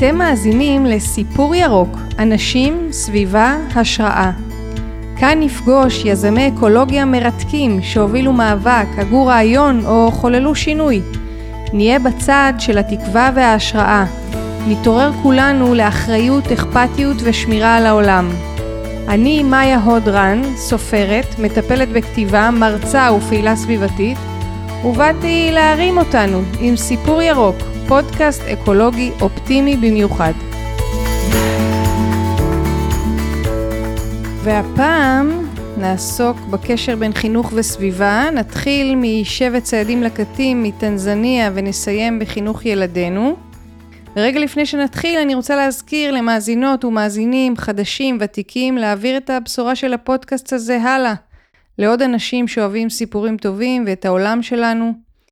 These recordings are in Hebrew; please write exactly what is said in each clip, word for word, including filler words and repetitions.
אתם מאזינים לסיפור ירוק, אנשים, סביבה, השראה. כאן נפגוש יזמי אקולוגיה מרתקים שהובילו מאבק, הגו רעיון או חוללו שינוי. נהיה בצד של התקווה וההשראה. נתעורר כולנו לאחריות, אכפתיות ושמירה על העולם. אני מאיה הודרן, סופרת, מטפלת בכתיבה, מרצה ופעילה סביבתית, ובאתי להרים אותנו עם סיפור ירוק, פודקאסט אקולוגי אופטימי במיוחד. והפעם נעסוק בקשר בין חינוך וסביבה, נתחיל משבט ציידים לקטים מטנזניה ונסיים בחינוך ילדינו. רגע לפני שנתחיל אני רוצה להזכיר למאזינות ומאזינים חדשים ותיקים להעביר את הבשורה של הפודקאסט הזה הלאה, לעוד אנשים שאוהבים סיפורים טובים ואת העולם שלנו.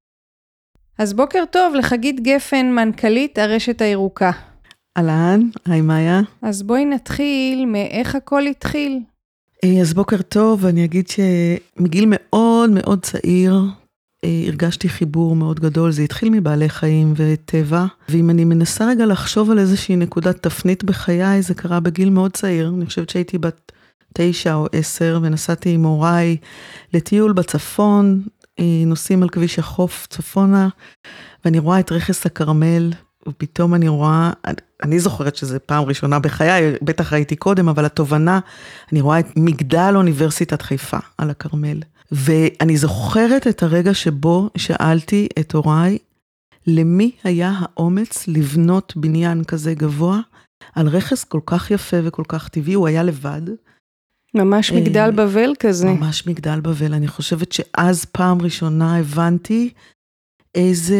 אז בוקר טוב לחגית גפן, מנכ"לית הרשת הירוקה. אהלן, היי מאיה. אז בואי נתחיל מאיך הכל התחיל. אז בוקר טוב, אני אגיד שמגיל מאוד מאוד צעיר, הרגשתי חיבור מאוד גדול, זה התחיל מבעלי חיים וטבע, ואם אני מנסה רגע לחשוב על איזושהי נקודת תפנית בחיי, זה קרה בגיל מאוד צעיר, אני חושבת שהייתי בת תשע או עשר, ונסעתי עם הוריי לטיול בצפון, נוסעים על כביש החוף צפונה, ואני רואה את רכס הכרמל, ופתאום אני רואה, אני זוכרת שזה פעם ראשונה בחיי, בטח ראיתי קודם, אבל התובנה, אני רואה את מגדל אוניברסיטת חיפה על הכרמל, ואני זוכרת את הרגע שבו שאלתי את הוריי, למי היה האומץ לבנות בניין כזה גבוה, על רכס כל כך יפה וכל כך טבעי, הוא היה לבד. ממש מגדל בבל כזה. ממש מגדל בבל, אני חושבת שאז פעם ראשונה הבנתי איזה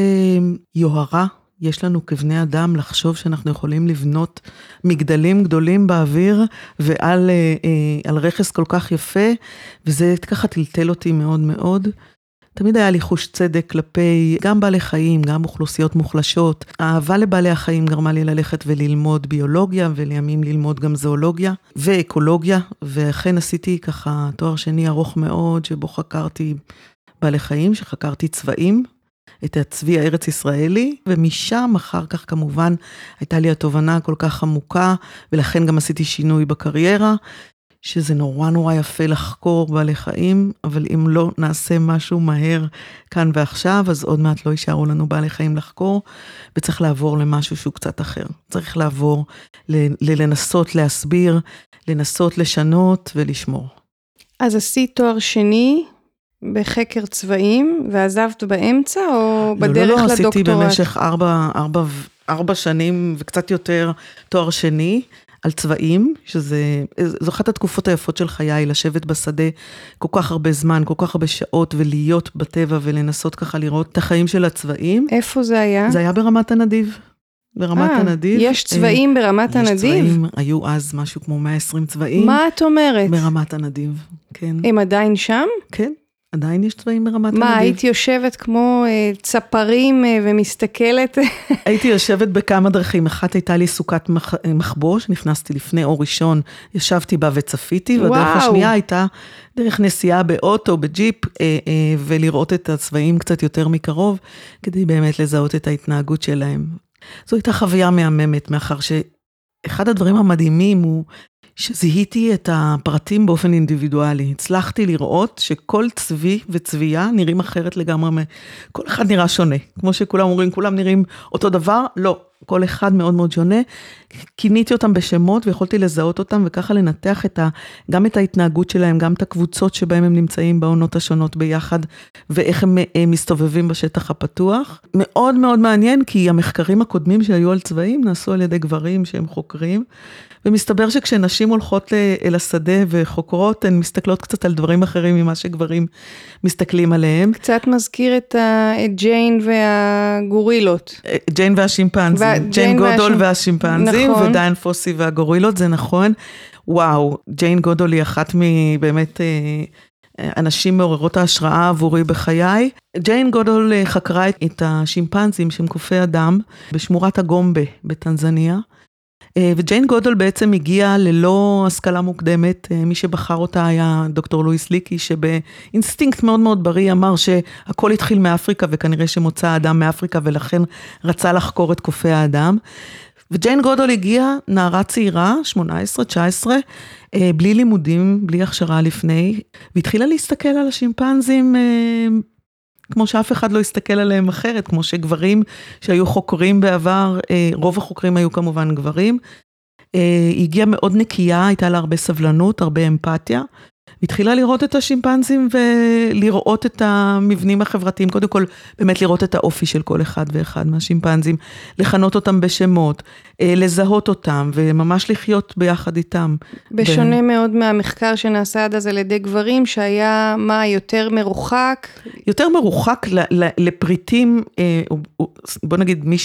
יוהרה יש לנו כבני אדם לחשוב שאנחנו יכולים לבנות מגדלים גדולים באוויר ועל על רכס כל כך יפה, וזה ככה טלטל אותי מאוד מאוד. תמיד היה לי חוש צדק כלפי גם בעלי חיים, גם אוכלוסיות מוחלשות. האהבה לבעלי החיים גרמה לי ללכת וללמוד ביולוגיה, ולימים ללמוד גם זואולוגיה ואקולוגיה, ואכן עשיתי ככה תואר שני ארוך מאוד, שבו חקרתי בעלי חיים, שחקרתי צבעים, את הצבי הארץ ישראלי, ומשם אחר כך כמובן הייתה לי התובנה כל כך עמוקה, ולכן גם עשיתי שינוי בקריירה, שזה נורא נורא יפה לחקור בעלי חיים, אבל אם לא נעשה משהו מהר כאן ועכשיו, אז עוד מעט לא יישארו לנו בעלי חיים לחקור, וצריך לעבור למשהו שהוא קצת אחר. צריך לעבור ל- לנסות להסביר, לנסות לשנות ולשמור. אז עשית תואר שני בחקר צבעים, ועזבת באמצע או בדרך לדוקטורט? לא, לא, לא, עשיתי במשך ארבע, ארבע, ארבע שנים וקצת יותר תואר שני, על צבעים, שזה, זו אחת התקופות היפות של חיי, לשבת בשדה כל כך הרבה זמן, כל כך הרבה שעות, ולהיות בטבע ולנסות ככה לראות את החיים של הצבעים. איפה זה היה? זה היה ברמת הנדיב. ברמת 아, הנדיב. יש צבעים ברמת יש הנדיב? יש צבעים, היו אז משהו כמו מאה ועשרים צבעים. מה את אומרת? ברמת הנדיב, כן. הם עדיין שם? כן. עדיין יש צבעים ברמת מה, הנדיב. היית יושבת כמו אה, צפרים אה, ומסתכלת? הייתי יושבת בכמה דרכים. אחת הייתה לי סוכת מח... מחבוש, נכנסתי לפני אור ראשון, ישבתי בה וצפיתי, והדרך השנייה הייתה דרך נסיעה באוטו, בג'יפ, אה, אה, ולראות את הצבעים קצת יותר מקרוב, כדי באמת לזהות את ההתנהגות שלהם. זו הייתה חוויה מהממת, מאחר שאחד הדברים המדהימים הוא, שזיהיתי את הפרטים באופן אינדיבידואלי. הצלחתי לראות שכל צבי וצבייה נראים אחרת לגמרי. כל אחד נראה שונה. כמו שכולם אומרים, כולם נראים אותו דבר. לא, כל אחד מאוד מאוד שונה. כיניתי אותם בשמות ויכולתי לזהות אותם, וככה לנתח את ה, גם את ההתנהגות שלהם, גם את הקבוצות שבהם הם נמצאים בעונות השונות ביחד, ואיך הם, הם מסתובבים בשטח הפתוח. מאוד מאוד מעניין, כי המחקרים הקודמים שהיו על צבעים נעשו על ידי גברים שהם חוקרים, ומסתבר שכשנשים הולכות אל השדה וחוקרות, הן מסתכלות קצת על דברים אחרים ממה שגברים מסתכלים עליהם. קצת מזכיר את, ה... את ג'יין והגורילות. ג'יין והשימפנזים. ו... ג'יין גודול והשימפ... והשימפנזים, נכון. ודיין פוסי והגורילות, זה נכון. וואו, ג'יין גודול היא אחת מבאמת אנשים מעוררות ההשראה עבורי בחיי. ג'יין גודול חקרה את השימפנזים שהם קופי אדם בשמורת הגומבה בטנזניה, וג'יין גודל בעצם הגיעה ללא השכלה מוקדמת, מי שבחר אותה היה דוקטור לואיס ליקי, שבאינסטינקט מאוד מאוד בריא אמר שהכל התחיל מאפריקה, וכנראה שמוצא האדם מאפריקה, ולכן רצה לחקור את קופי האדם, וג'יין גודל הגיעה נערה צעירה, שמונה עשרה תשע עשרה, בלי לימודים, בלי הכשרה לפני, והתחילה להסתכל על השימפנזים, כמו שאף אחד לא הסתכל עליהם אחרת, כמו שגברים שהיו חוקרים בעבר, רוב החוקרים היו כמובן גברים, היא הגיעה מאוד נקייה, הייתה לה הרבה סבלנות, הרבה אמפתיה, התחילה לראות את השימפנזים ולראות את המבנים החברתיים, קודם כל באמת לראות את האופי של כל אחד ואחד מהשימפנזים, לכנות אותם בשמות, לזהות אותם וממש לחיות ביחד איתם. בשונה ו... מאוד מהמחקר שנעשה עד אז על ידי גברים, שהיה מה יותר מרוחק? יותר מרוחק לפריטים, בוא נגיד מי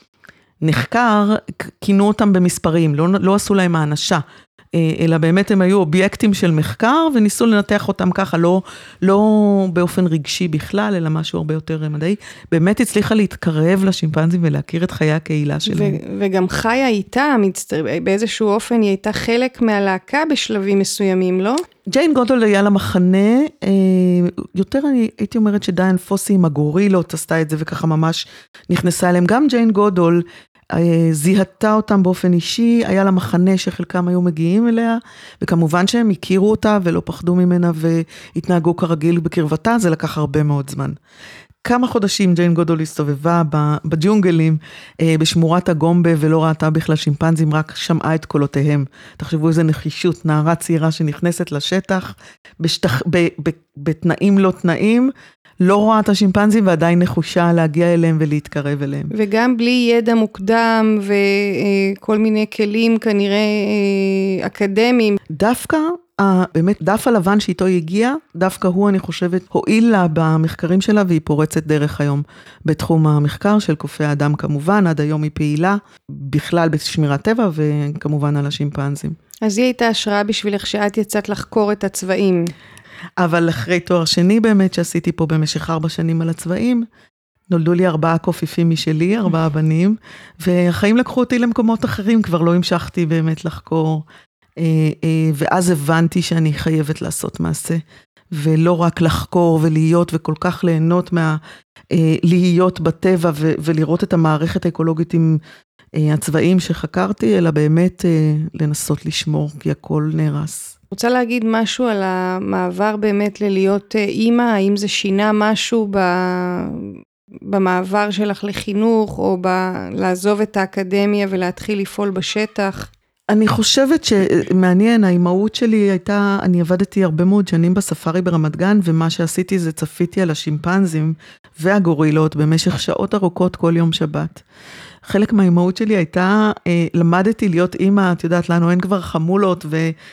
שנחקר, כינו אותם במספרים, לא, לא עשו להם האנשה. אלא באמת הם היו אובייקטים של מחקר, וניסו לנתח אותם ככה, לא, לא באופן רגשי בכלל, אלא משהו הרבה יותר מדעי. באמת הצליחה להתקרב לשימפנזים ולהכיר את חיי הקהילה שלהם. ו- וגם חיה איתה, באיזשהו אופן, היא הייתה חלק מהלהקה בשלבים מסוימים, לא? ג'יין גודל היה לה מחנה, יותר אני הייתי אומרת שדיין פוסי עם הגורילות עשתה את זה, וככה ממש נכנסה אליהם. גם ג'יין גודל, זיהתה אותם באופן אישי, היה לה מחנה שחלקם היו מגיעים אליה, וכמובן שהם הכירו אותה ולא פחדו ממנה והתנהגו כרגיל בקרבתה, זה לקח הרבה מאוד זמן. כמה חודשים ג'יין גודל הסתובבה בג'ונגלים, בשמורת הגומבה, ולא ראתה בכלל שימפנזים, רק שמעה את קולותיהם. תחשבו איזה נחישות, נערה צעירה שנכנסת לשטח, בשטח, ב, ב, בתנאים לא תנאים, לא רואה את השימפנזים ועדיין נחושה להגיע אליהם ולהתקרב אליהם. וגם בלי ידע מוקדם וכל מיני כלים כנראה אקדמיים. דווקא, באמת דף הלבן שאיתו היא הגיעה, דווקא הוא אני חושבת הועיל לה במחקרים שלה והיא פורצת דרך היום בתחום המחקר של קופי האדם כמובן, עד היום היא פעילה בכלל בשמירת טבע וכמובן על השימפנזים. אז היא הייתה השראה בשבילך שאת יצאת לחקור את הצבעים. אבל אחרי תואר שני באמת שעשיתי פה במשך ארבע שנים על הצבעים, נולדו לי ארבעה קופיפים משלי, ארבעה בנים, והחיים לקחו אותי למקומות אחרים, כבר לא המשכתי באמת לחקור, ואז הבנתי שאני חייבת לעשות מעשה, ולא רק לחקור ולהיות וכל כך ליהנות מה, להיות בטבע ולראות את המערכת האקולוגית עם הצבעים שחקרתי, אלא באמת לנסות לשמור, כי הכל נהרס. רוצה להגיד משהו על המעבר באמת ללהיות אימא, האם זה שינה משהו ב... במעבר שלך לחינוך, או ב... לעזוב את האקדמיה ולהתחיל לפעול בשטח? אני חושבת שמעניין, האימהות שלי הייתה, אני עבדתי הרבה מאוד שנים בספארי ברמת גן, ומה שעשיתי זה צפיתי על השימפנזים והגורילות במשך שעות ארוכות כל יום שבת. חלק מהאימהות שלי הייתה, אה, למדתי להיות אימא, את יודעת, לנו אין כבר חמולות,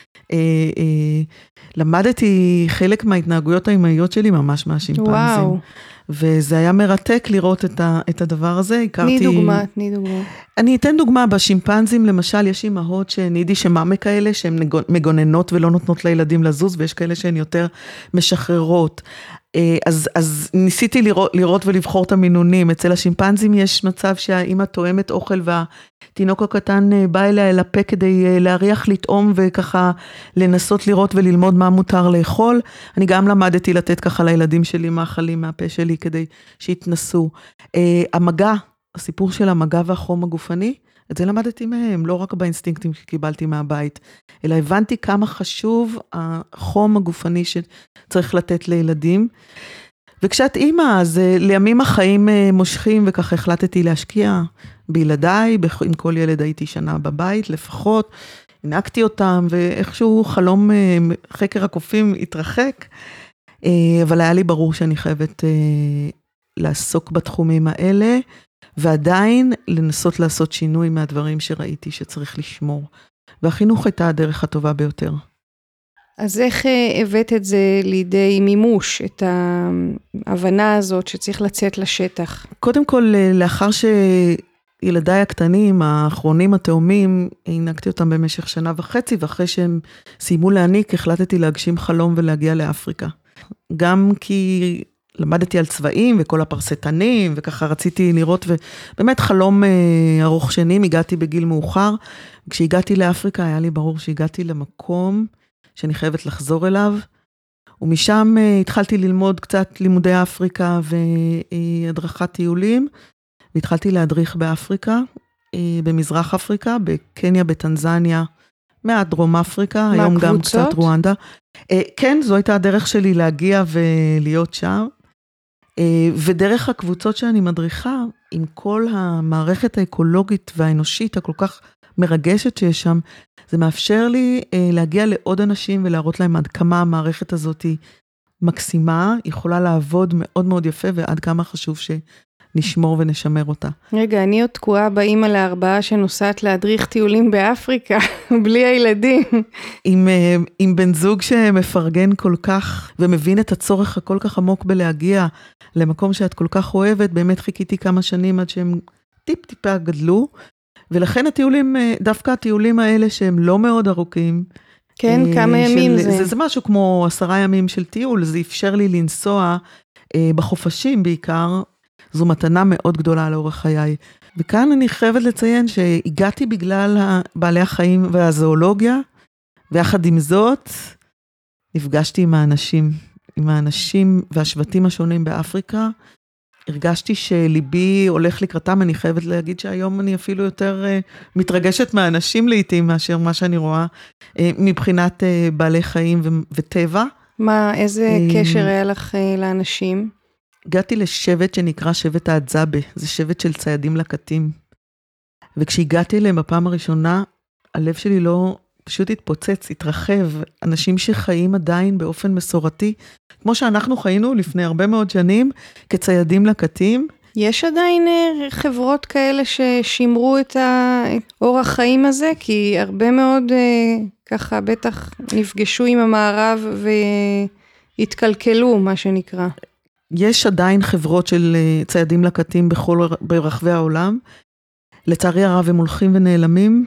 ולמדתי אה, אה, חלק מההתנהגויות האימהיות שלי ממש מהשימפנזים. וואו. וזה היה מרתק לראות את, ה, את הדבר הזה. הכרתי... תני דוגמה, תני דוגמה. אני אתן דוגמה, בשימפנזים למשל, יש אימהות שנידי שמאמה כאלה, שהן מגוננות ולא נותנות לילדים לזוז, ויש כאלה שהן יותר משחררות. אז, אז ניסיתי לראות, לראות ולבחור את המינונים. אצל השימפנזים יש מצב שהאימא תואמת אוכל והתינוק הקטן בא אליה אל הפה כדי להריח, לטעום וככה לנסות לראות וללמוד מה מותר לאכול. אני גם למדתי לתת ככה לילדים שלי מאכלים מהפה שלי כדי שיתנסו. המגע, הסיפור של המגע והחום הגופני, את זה למדתי מהם, לא רק באינסטינקטים שקיבלתי מהבית, אלא הבנתי כמה חשוב החום הגופני שצריך לתת לילדים. וכשאת אימא, אז לימים החיים מושכים, וכך החלטתי להשקיע בילדיי, עם כל ילד הייתי שנה בבית לפחות, הנקתי אותם, ואיכשהו חלום חקר הקופים התרחק, אבל היה לי ברור שאני חייבת לעסוק בתחומים האלה, ועדיין לנסות לעשות שינוי מהדברים שראיתי שצריך לשמור. והחינוך הייתה הדרך הטובה ביותר. אז איך הבאת את זה לידי מימוש, את ההבנה הזאת שצריך לצאת לשטח? קודם כל, לאחר שילדיי הקטנים, האחרונים התאומים, הנקתי אותם במשך שנה וחצי, ואחרי שהם סיימו להניק, החלטתי להגשים חלום ולהגיע לאפריקה. גם כי למדתי על צבעים וכל הפרסטנים, וככה רציתי לראות, ובאמת חלום ארוך שנים, הגעתי בגיל מאוחר. כשהגעתי לאפריקה, היה לי ברור שהגעתי למקום שאני חייבת לחזור אליו, ומשם התחלתי ללמוד קצת לימודי אפריקה והדרכת טיולים, והתחלתי להדריך באפריקה, במזרח אפריקה, בקניה, בטנזניה, מעט דרום אפריקה, מה, היום גם קבוצות? קצת רואנדה. כן, זו הייתה הדרך שלי להגיע ולהיות שם. ודרך הקבוצות שאני מדריכה, עם כל המערכת האקולוגית והאנושית הכל כך מרגשת שיש שם, זה מאפשר לי להגיע לעוד אנשים ולהראות להם עד כמה המערכת הזאת היא מקסימה, יכולה לעבוד מאוד מאוד יפה, ועד כמה חשוב שנשמור ונשמר אותה. רגע, אני עוד תקועה באמא לארבעה שנוסעת להדריך טיולים באפריקה, בלי הילדים. עם, עם בן זוג שמפרגן כל כך, ומבין את הצורך הכל כך עמוק בלהגיע למקום שאת כל כך אוהבת, באמת חיכיתי כמה שנים עד שהם טיפ טיפה גדלו, ולכן הטיולים, דווקא הטיולים האלה שהם לא מאוד ארוכים, כן, כמה ימים זה? זה, זה משהו כמו עשרה ימים של טיול, זה אפשר לי לנסוע אה, בחופשים בעיקר, זו מתנה מאוד גדולה לאורך חיי. וכאן אני חייבת לציין שהגעתי בגלל בעלי החיים והזואולוגיה, ויחד עם זאת, נפגשתי עם האנשים, עם האנשים והשבטים השונים באפריקה, הרגשתי שליבי הולך לקראתם, אני חייבת להגיד שהיום אני אפילו יותר uh, מתרגשת מהאנשים לעתים, מאשר מה שאני רואה uh, מבחינת uh, בעלי חיים ו- וטבע. מה, איזה uh, קשר היה לך uh, לאנשים? הגעתי לשבט שנקרא שבט האדזאבה, זה שבט של ציידים לקטים. וכשהגעתי אליהם בפעם הראשונה, הלב שלי לא פשוט התפוצץ, התרחב, אנשים שחיים עדיין באופן מסורתי, כמו שאנחנו חיינו לפני הרבה מאוד שנים, כציידים לקטים. יש עדיין חברות כאלה ששימרו את האורח חיים הזה, כי הרבה מאוד ככה בטח נפגשו עם המערב והתקלקלו, מה שנקרא. יש עדיין חברות של ציידים לקטים בכל, ברחבי העולם. לצערי הרב הם הולכים ונעלמים.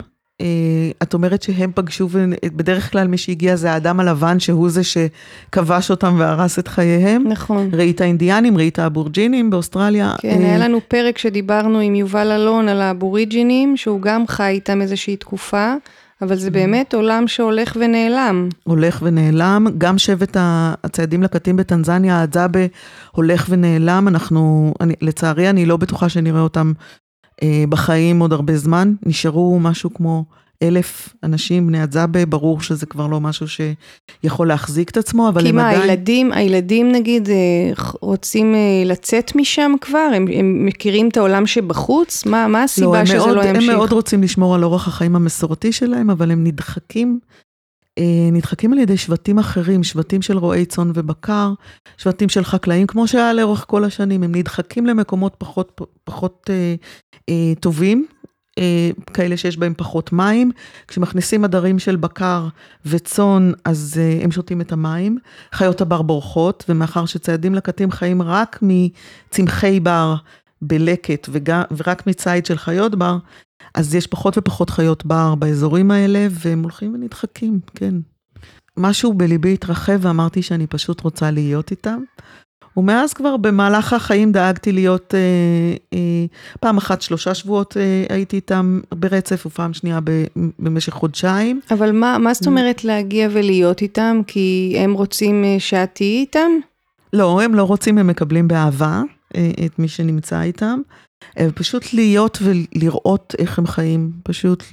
את אומרת שהם פגשו, ובדרך כלל מי שהגיע זה האדם הלבן, שהוא זה שכבש אותם והרס את חייהם. נכון. ראית האינדיאנים, ראית האבורג'ינים באוסטרליה. כן, היה לנו פרק שדיברנו עם יובל אלון על האבוריג'ינים, שהוא גם חי איתם איזושהי תקופה, אבל זה באמת עולם שהולך ונעלם. הולך ונעלם, גם שבט הציידים לקטים בטנזניה, האדזאבה הולך ונעלם, אנחנו, אני, לצערי אני לא בטוחה שנראה אותם בחיים עוד הרבה זמן, נשארו משהו כמו אלף אנשים, בני אדזאבה, ברור שזה כבר לא משהו שיכול להחזיק את עצמו, אבל הם עדיין... כי מה, הילדים, הילדים נגיד רוצים לצאת משם כבר? הם, הם מכירים את העולם שבחוץ? מה, מה הסיבה לא, שזה מאוד, לא ימשיך? הם מאוד רוצים לשמור על אורח החיים המסורתי שלהם, אבל הם נדחקים, נדחקים על ידי שבטים אחרים, שבטים של רועי צאן ובקר, שבטים של חקלאים, כמו שהיה לאורך כל השנים, הם נדחקים למקומות פחות, פחות אה, אה, טובים, אה, כאלה שיש בהם פחות מים, כשמכניסים עדרים של בקר וצאן, אז אה, הם שותים את המים, חיות הבר בורחות, ומאחר שציידים לקטים חיים רק מצמחי בר בלקט, וגם, ורק מצייד של חיות בר, אז יש פחות ופחות חיות בר באזורים האלה, והם הולכים ונדחקים, כן. משהו בליבי התרחב, ואמרתי שאני פשוט רוצה להיות איתם. ומאז כבר במהלך החיים דאגתי להיות, אה, אה, פעם אחת שלושה שבועות אה, הייתי איתם ברצף, ופעם שנייה ב, במשך חודשיים. אבל מה, מה זאת אומרת להגיע ולהיות איתם? כי הם רוצים שאת תהיי איתם? לא, הם לא רוצים, הם מקבלים באהבה אה, את מי שנמצא איתם. פשוט להיות ולראות איך הם חיים, פשוט,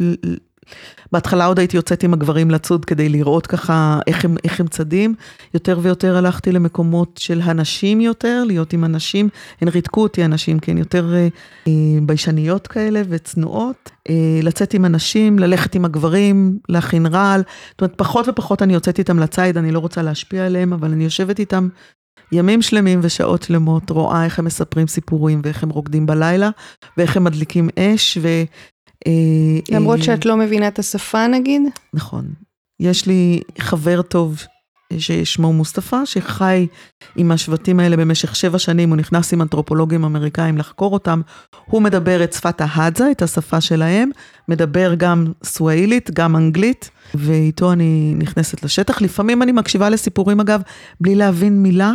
בהתחלה עוד הייתי יוצאת עם הגברים לצוד, כדי לראות ככה איך הם, איך הם צדים, יותר ויותר הלכתי למקומות של הנשים יותר, להיות עם הנשים, הן ריתקו אותי הנשים, כן, יותר אה, ביישניות כאלה וצנועות, אה, לצאת עם הנשים, ללכת עם הגברים, להכין רעל, זאת אומרת, פחות ופחות אני יוצאת איתם לצייד, אני לא רוצה להשפיע עליהם, אבל אני יושבת איתם, ימים שלמים ושעות שלמות, רואה איך הם מספרים סיפורים, ואיך הם רוקדים בלילה, ואיך הם מדליקים אש, ו... למרות שאת לא מבינה את השפה נגיד? נכון. יש לי חבר טוב ששמו מוסטפא, שחי עם השבטים האלה במשך שבע שנים, הוא נכנס עם אנתרופולוגים אמריקאים לחקור אותם, הוא מדבר את שפת ההדזה, את השפה שלהם, מדבר גם סואילית, גם אנגלית, ואיתו אני נכנסת לשטח. לפעמים אני מקשיבה לסיפורים אגב, בלי להבין מילה,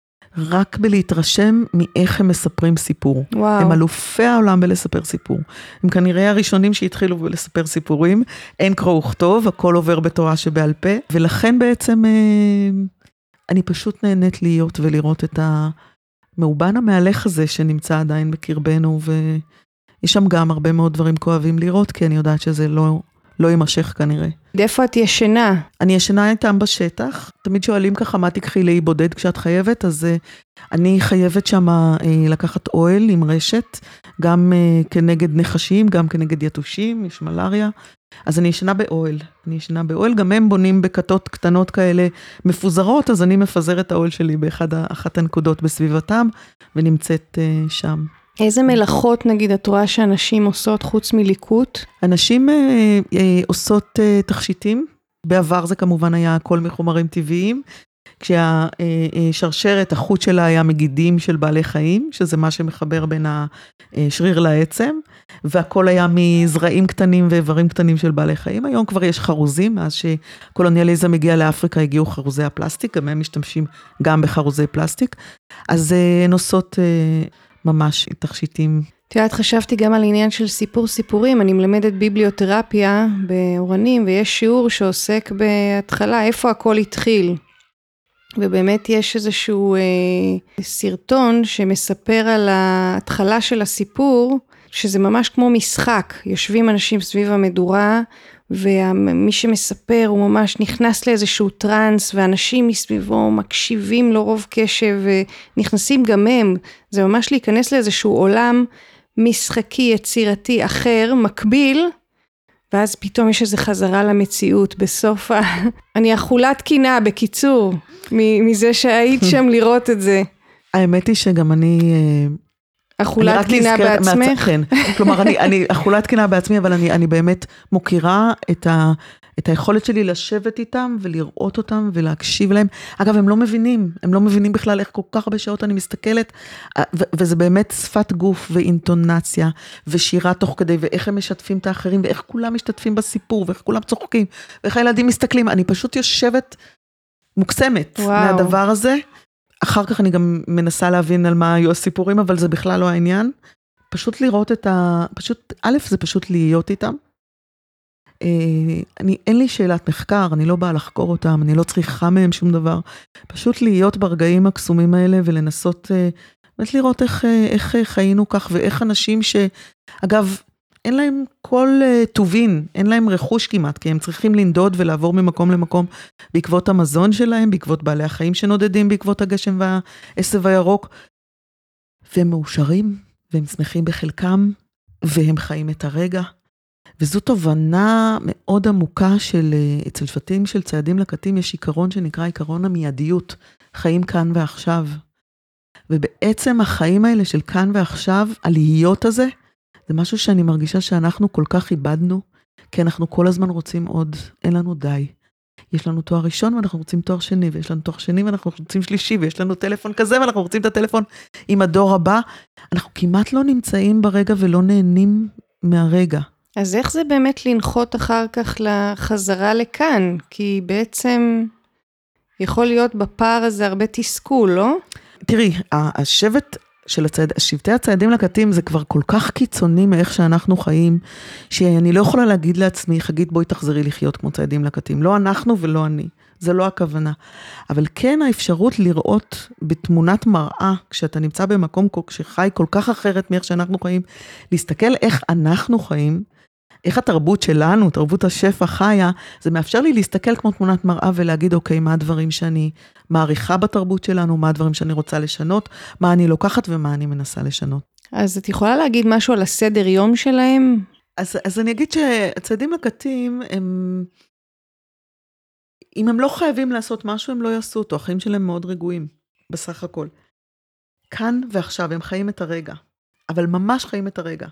רק בלהתרשם מאיך הם מספרים סיפור. וואו. הם אלופי העולם בלספר סיפור. הם כנראה הראשונים שהתחילו לספר סיפורים, אין קרוא וכתוב, הכל עובר בתורה שבעל פה, ולכן בעצם אני פשוט נהנית להיות ולראות את המאובן המהלך הזה שנמצא עדיין בקרבנו, יש שם גם הרבה מאוד דברים כואבים לראות, כי אני יודעת שזה לא, לא יימשך כנראה. איפה את ישנה? אני ישנה איתם בשטח, תמיד שואלים ככה מה תקחי לאי בודד כשאת חייבת, אז אני חייבת שם לקחת אוהל עם רשת, גם כנגד נחשים, גם כנגד יתושים, יש מלריה, אז אני ישנה באוהל, אני ישנה באוהל, גם הם בונים בכתות קטנות כאלה מפוזרות, אז אני מפזרת האוהל שלי באחת הנקודות בסביבתם, ונמצאת שם. איזה מלאכות נגיד את רואה שאנשים עושות חוץ מליקוט? אנשים אה, אה, עושות אה, תכשיטים, בעבר זה כמובן היה הכל מחומרים טבעיים, כשהשרשרת, החוט שלה היה מגידים של בעלי חיים, שזה מה שמחבר בין השריר לעצם, והכל היה מזרעים קטנים ואיברים קטנים של בעלי חיים. היום כבר יש חרוזים, מאז שקולוניאליזם הגיע לאפריקה, הגיעו חרוזי הפלסטיק, גם הם משתמשים גם בחרוזי פלסטיק, אז הן עושות ממש תכשיטים. תראה, חשבתי גם על עניין של סיפור סיפורים, אני מלמדת ביבליותרפיה באורנים, ויש שיעור שעוסק בהתחלה, איפה הכל התחיל. ובאמת יש איזשהו אה, סרטון שמספר על ההתחלה של הסיפור, שזה ממש כמו משחק, יושבים אנשים סביב המדורה, ומי שמספר הוא ממש נכנס לאיזשהו טרנס, ואנשים מסביבו מקשיבים לו רוב קשב, ונכנסים גם הם, זה ממש להיכנס לאיזשהו עולם משחקי, יצירתי, אחר, מקביל, ואז פתאום יש איזו חזרה למציאות בסוף ה... אני אכולת קינה, בקיצור, מזה שהיית שם לראות את זה. האמת היא שגם אני... אכולת קינה בעצמך? כן, כלומר, אני, אני אכולת קינה בעצמי, אבל אני, אני באמת מוכירה את ה... את היכולת שלי לשבת איתם ולראות אותם ולהקשיב להם. אגב, הם לא מבינים, הם לא מבינים בכלל איך כל כך הרבה שעות אני מסתכלת, ו- וזה באמת שפת גוף ואינטונציה ושירה תוך כדי, ואיך הם משתפים את האחרים, ואיך כולם משתתפים בסיפור, ואיך כולם צוחקים, ואיך הילדים מסתכלים. אני פשוט יושבת מוקסמת וואו. מהדבר הזה. אחר כך אני גם מנסה להבין על מה היו הסיפורים, אבל זה בכלל לא העניין. פשוט לראות את ה... פשוט, א', זה פשוט להיות איתם. אני, אין לי שאלת מחקר, אני לא באה לחקור אותם, אני לא צריכה מהם שום דבר, פשוט להיות ברגעים הקסומים האלה, ולנסות, באמת לראות איך, איך חיינו כך, ואיך אנשים שאגב, אין להם כל טובין, אין להם רכוש כמעט, כי הם צריכים לנדוד ולעבור ממקום למקום, בעקבות המזון שלהם, בעקבות בעלי החיים שנודדים, בעקבות הגשם והעשב הירוק, והם מאושרים, והם שמחים בחלקם, והם חיים את הרגע, וזו תובנה מאוד עמוקה של, אצל שבטים של ציידים לקטים, יש עיקרון שנקרא עיקרון המיידיות, חיים כאן ועכשיו. ובעצם החיים האלה של כאן ועכשיו, הלהיות הזה, זה משהו שאני מרגישה שאנחנו כל כך איבדנו, כי אנחנו כל הזמן רוצים עוד, אין לנו די. יש לנו תואר ראשון ואנחנו רוצים תואר שני, ויש לנו תואר שני ואנחנו רוצים שלישי, ויש לנו טלפון כזה ואנחנו רוצים את הטלפון עם הדור הבא. אנחנו כמעט לא נמצאים ברגע ולא נהנים מהרגע. אז איך זה באמת לנחות אחר כך לחזרה לכאן? כי בעצם יכול להיות בפער הזה הרבה תסכול, לא? תראי, השבט של הצייד, שבטי הציידים לקטים זה כבר כל כך קיצוני מאיך שאנחנו חיים, שאני לא יכולה להגיד לעצמי, חגית בואי תחזרי לחיות כמו ציידים לקטים. לא אנחנו ולא אני, זה לא הכוונה. אבל כן האפשרות לראות בתמונת מראה, כשאתה נמצא במקום שחי כל כך אחרת מאיך שאנחנו חיים, להסתכל איך אנחנו חיים, איך התרבות שלנו, תרבות השפע חיה, זה מאפשר לי להסתכל כמו תמונת מראה ולהגיד, אוקיי, מה הדברים שאני מעריכה בתרבות שלנו, מה הדברים שאני רוצה לשנות, מה אני לוקחת ומה אני מנסה לשנות. אז את יכולה להגיד משהו על הסדר יום שלהם? אז, אז אני אגיד שהציידים לקטים, הם, אם הם לא חייבים לעשות משהו, הם לא יעשו אותו, החיים שלהם מאוד רגועים, בסך הכל. כאן ועכשיו, הם חיים את הרגע, אבל ממש חיים את הרגע.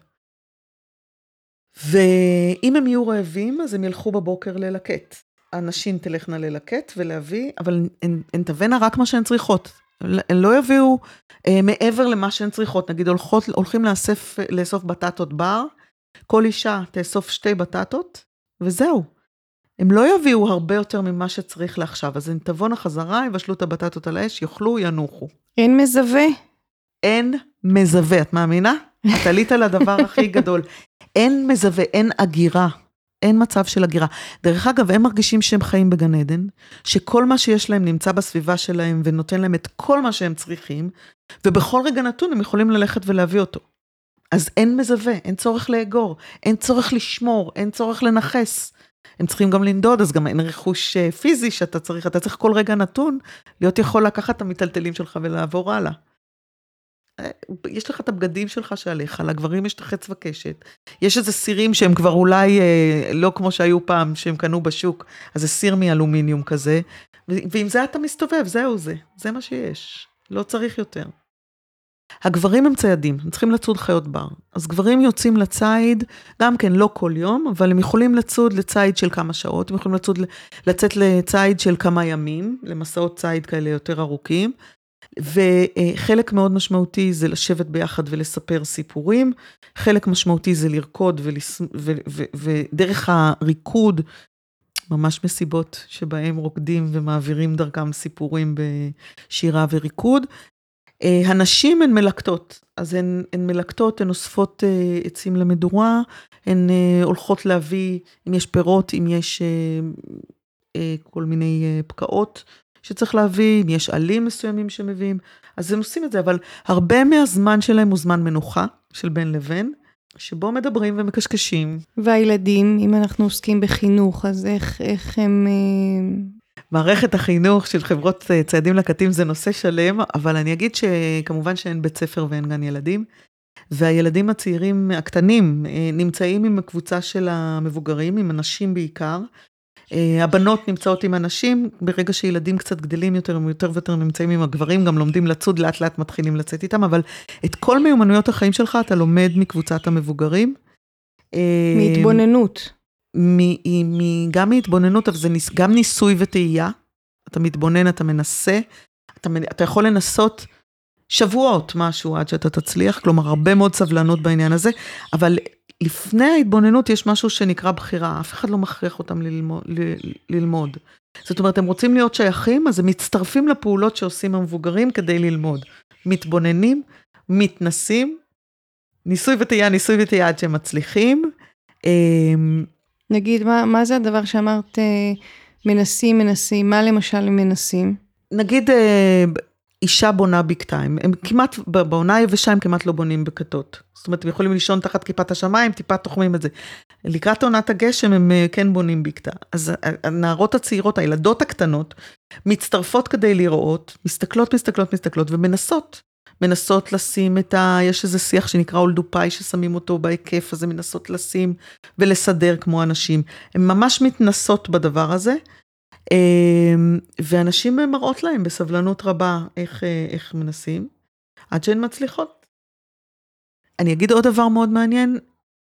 ואם הם יהיו רעבים, אז הם ילכו בבוקר ללקט. הנשים תלכנה ללקט ולהביא, אבל הן, הן תבנה רק מה שהן צריכות. הן לא יביאו אה, מעבר למה שהן צריכות. נגיד, הולכות, הולכים לאסף, לאסוף בטטות בר, כל אישה תאסוף שתי בטטות, וזהו. הם לא יביאו הרבה יותר ממה שצריך לעכשיו. אז הן תבונה חזרה, יבשלו את הבטטות על האש, יאכלו, ינוחו. אין מזווה? אין מזווה, את מאמינה? את עלית על הדבר הכי גדול. אין מזווה, אין אגירה, אין מצב של אגירה. דרך אגב, הם מרגישים שהם חיים בגן עדן, שכל מה שיש להם נמצא בסביבה שלהם, ונותן להם את כל מה שהם צריכים, ובכל רגע נתון הם יכולים ללכת ולהביא אותו. אז אין מזווה, אין צורך לאגור, אין צורך לשמור, אין צורך לנחס. הם צריכים גם לנדוד, אז גם אין רכוש פיזי שאתה צריך, אתה צריך כל רגע נתון, להיות יכול לקחת את המטלטלים שלך ולעבור הלאה. יש לך את הבגדים שלך שעליך, לגברים יש את החץ וקשת, יש איזה סירים שהם כבר אולי לא כמו שהיו פעם, שהם קנו בשוק, אז זה סיר מאלומיניום כזה, ועם זה אתה מסתובב, זהו זה, זה מה שיש, לא צריך יותר. הגברים הם ציידים, הם צריכים לצוד חיות בר. אז גברים יוצאים לצייד, גם כן לא כל יום, אבל הם יכולים לצוד לצייד של כמה שעות, הם יכולים לצוד, לצאת לצייד של כמה ימים, למסעות צייד כאלה יותר ארוכים, וחלק מאוד משמעותי זה לשבת ביחד ולספר סיפורים, חלק משמעותי זה לרקוד, ולס... ו... ו... ודרך הריקוד, ממש מסיבות שבהם רוקדים ומעבירים דרכם סיפורים בשירה וריקוד, הנשים הן מלקטות, אז הן, הן מלקטות, הן אוספות uh, עצים למדורה, הן uh, הולכות להביא, אם יש פירות, אם יש uh, uh, כל מיני uh, פקעות שצריך להביא, אם יש עלים מסוימים שמביאים, אז הם עושים את זה, אבל הרבה מהזמן שלהם הוא זמן מנוחה, של בין לבין, שבו מדברים ומקשקשים. והילדים, אם אנחנו עוסקים בחינוך, אז איך, איך הם... Uh... מערכת החינוך של חברות ציידים לקטים זה נושא שלם, אבל אני אגיד שכמובן שאין בית ספר ואין גן ילדים, והילדים הצעירים הקטנים נמצאים עם הקבוצה של המבוגרים, עם אנשים בעיקר, הבנות נמצאות עם אנשים, ברגע שילדים קצת גדלים יותר, הם יותר ויותר נמצאים עם הגברים, גם לומדים לצוד, לאט לאט מתחילים לצאת איתם, אבל את כל מיומנויות החיים שלך אתה לומד מקבוצת המבוגרים. מהתבוננות. גם מהתבוננות, אבל זה גם ניסוי וטעייה, אתה מתבונן, אתה מנסה, אתה, אתה יכול לנסות שבועות משהו עד שאתה תצליח, כלומר הרבה מאוד סבלנות בעניין הזה, אבל לפני ההתבוננות יש משהו שנקרא בחירה, אף אחד לא מכריח אותם ללמוד, ללמוד. זאת אומרת, הם רוצים להיות שייכים, אז הם מצטרפים לפעולות שעושים המבוגרים כדי ללמוד. מתבוננים, מתנסים, ניסוי וטעייה, ניסוי וטעייה עד שהם מצליחים, נגיד, מה, מה זה הדבר שאמרת, מנסים, מנסים, מה למשל הם מנסים? נגיד, אישה בונה בקתה, הם, הם כמעט, בעונה היבשה הם כמעט לא בונים בקתות. זאת אומרת, הם יכולים לישון תחת כיפת השמיים, טיפה תוחמים את זה. לקראת עונת הגשם הם כן בונים בקתה. אז הנערות הצעירות, הילדות הקטנות, מצטרפות כדי לראות, מסתכלות, מסתכלות, מסתכלות, ומנסות. מנסות לשים את ה... יש איזה שיח שנקרא אולדופאי, ששמים אותו בהיקף, אז הן מנסות לשים ולסדר כמו אנשים. הן ממש מתנסות בדבר הזה, ואנשים מראות להם בסבלנות רבה איך, איך מנסים, עד שהן מצליחות. אני אגיד עוד דבר מאוד מעניין,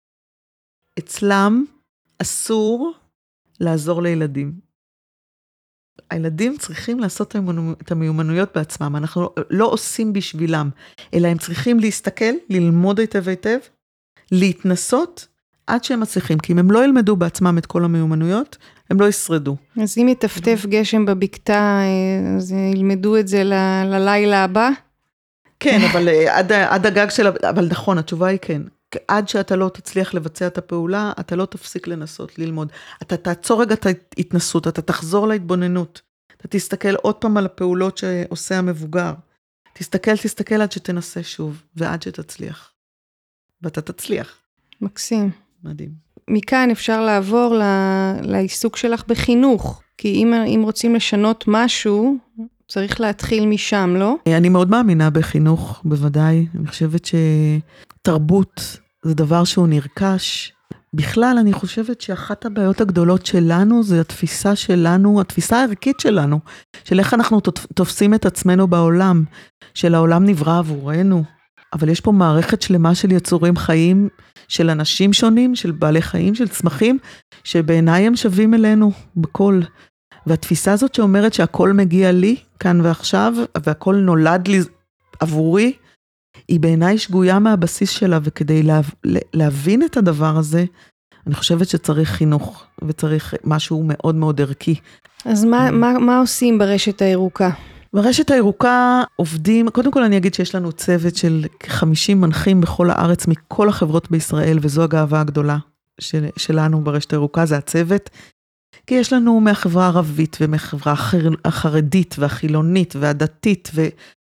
אצלם אסור לעזור לילדים. הילדים צריכים לעשות את המיומנויות בעצמם, אנחנו לא, לא עושים בשבילם, אלא הם צריכים להסתכל, ללמוד היטב היטב, להתנסות עד שהם מצליחים, כי אם הם לא ילמדו בעצמם את כל המיומנויות, הם לא ישרדו. אז אם יטפטף גשם בבקתה, אז ילמדו את זה ל- ללילה הבא? כן, אבל עד, עד הגג של... אבל נכון, התשובה היא כן. עד שאתה לא תצליח לבצע את הפעולה, אתה לא תפסיק לנסות ללמוד. אתה תעצור רגע את ההתנסות, אתה תחזור להתבוננות. אתה תסתכל עוד פעם על הפעולות שעושה המבוגר. תסתכל, תסתכל עד שתנסה שוב, ועד שתצליח. ואתה תצליח. מקסים. מדהים. מכאן אפשר לעבור לעיסוק שלך בחינוך, כי אם, אם רוצים לשנות משהו, צריך להתחיל משם, לא? אני מאוד מאמינה בחינוך, בוודאי. אני חושבת שתרבות זה דבר שהוא נרכש. בכלל, אני חושבת שאחת הבעיות הגדולות שלנו, זה התפיסה שלנו, התפיסה הערכית שלנו, של איך אנחנו תופסים את עצמנו בעולם, של העולם נברא עבורנו. אבל יש פה מערכת שלמה של יצורים חיים, של אנשים שונים, של בעלי חיים, של צמחים, שבעיניי הם שווים אלינו בכל. והתפיסה הזאת שאומרת שהכל מגיע לי, כאן ועכשיו, והכל נולד לי עבורי, היא בעיניי שגויה מהבסיס שלה, וכדי לה, להבין את הדבר הזה, אני חושבת שצריך חינוך, וצריך משהו מאוד מאוד ערכי. אז מה, מה, מה עושים ברשת הירוקה? ברשת הירוקה עובדים, קודם כל אני אגיד שיש לנו צוות של חמישים מנחים בכל הארץ, מכל החברות בישראל, וזו הגאווה הגדולה של, שלנו ברשת הירוקה, זה הצוות, כי יש לנו מהחברה הערבית, ומהחברה החרדית, והחילונית, והדתית,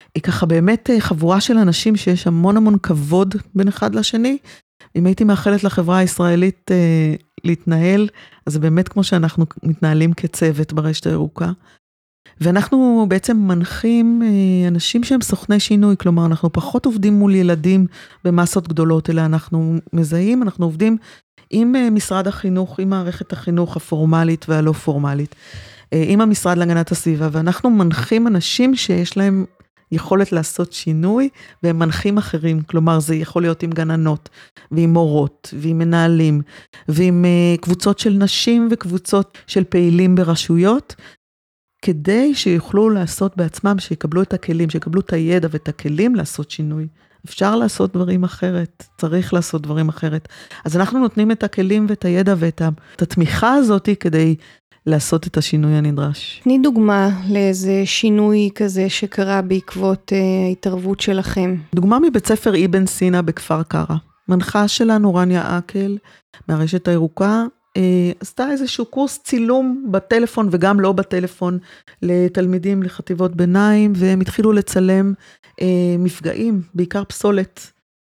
היא ככה באמת חבורה של אנשים שיש המון המון כבוד בין אחד לשני. אם הייתי מאחלת לחברה הישראלית אה, להתנהל, אז זה באמת כמו שאנחנו מתנהלים כצוות ברשת הירוקה. ואנחנו בעצם מנחים אה, אנשים שהם סוכני שינוי, כלומר אנחנו פחות עובדים מול ילדים במסות גדולות, אלא אנחנו מזהים, אנחנו עובדים עם אה, משרד החינוך, עם מערכת החינוך הפורמלית והלא פורמלית, אה, עם המשרד להגנת הסביבה, ואנחנו מנחים אנשים שיש להם יכולת לעשות שינוי, והם מנחים אחרים, כלומר זה יכול להיות עם גננות, ועם מורות, ועם מנהלים, ועם uh, קבוצות של נשים, וקבוצות של פעילים ברשויות, כדי שיוכלו לעשות בעצמם, שיקבלו את הכלים, שיקבלו את הידע ואת הכלים לעשות שינוי. אפשר לעשות דברים אחרת, צריך לעשות דברים אחרת. אז אנחנו נותנים את הכלים ואת הידע ואת התמיכה הזאת, כדי לעשות את השינוי הנדרש. תני דוגמה לאיזה שינוי כזה שקרה בעקבות אה, ההתערבות שלכם. דוגמה מבית ספר אבן סינה בכפר קרא. מנחה שלנו רניה אקל מהרשת הירוקה, אה, עשתה איזשהו קורס צילום בטלפון וגם לא בטלפון לתלמידים לחטיבות ביניים, והם התחילו לצלם אה, מפגעים, בעיקר פסולת.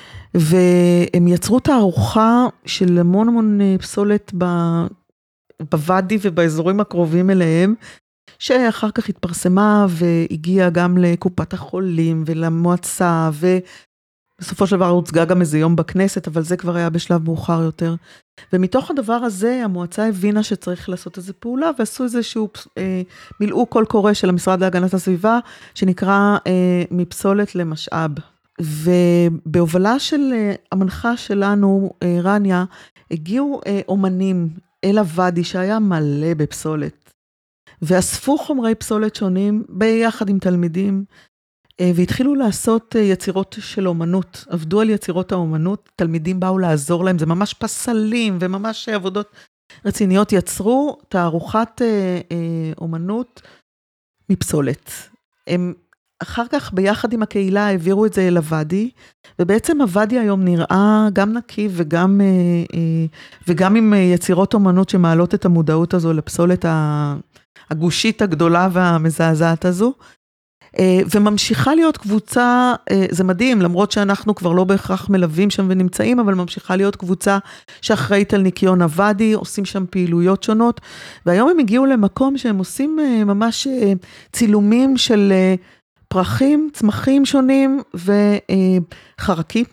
והם יצרו תערוכה של המון המון פסולת ב... בוואדי ובאזורים הקרובים אליהם, שאחר כך התפרסמה והגיעה גם לקופת החולים ולמועצה, ובסופו של דבר הוצגה גם איזה יום בכנסת, אבל זה כבר היה בשלב מאוחר יותר. ומתוך הדבר הזה המועצה הבינה שצריך לעשות איזו פעולה, ועשו איזשהו, אה, מילאו קול קורא של המשרד להגנת הסביבה, שנקרא אה, מפסולת למשאב. ובהובלה של אה, המנחה שלנו, אה, רניה, הגיעו אה, אומנים, אל הוואדי שהיה מלא בפסולת, ואספו חומרי פסולת שונים ביחד עם תלמידים, והתחילו לעשות יצירות של אומנות, עבדו על יצירות האומנות, תלמידים באו לעזור להם, זה ממש פסלים וממש עבודות רציניות, יצרו תערוכת אומנות מפסולת. הם אחר כך ביחד עם הקהילה העבירו את זה אל הוואדי, ובעצם הוואדי היום נראה גם נקי וגם, וגם עם יצירות אומנות שמעלות את המודעות הזו לפסולת הגושית הגדולה והמזעזעת הזו, וממשיכה להיות קבוצה, זה מדהים, למרות שאנחנו כבר לא בהכרח מלווים שם ונמצאים, אבל ממשיכה להיות קבוצה שאחראית על ניקיון הוואדי, עושים שם פעילויות שונות, והיום הם הגיעו למקום שהם עושים ממש צילומים של פרחים, צמחים שונים וחרקים.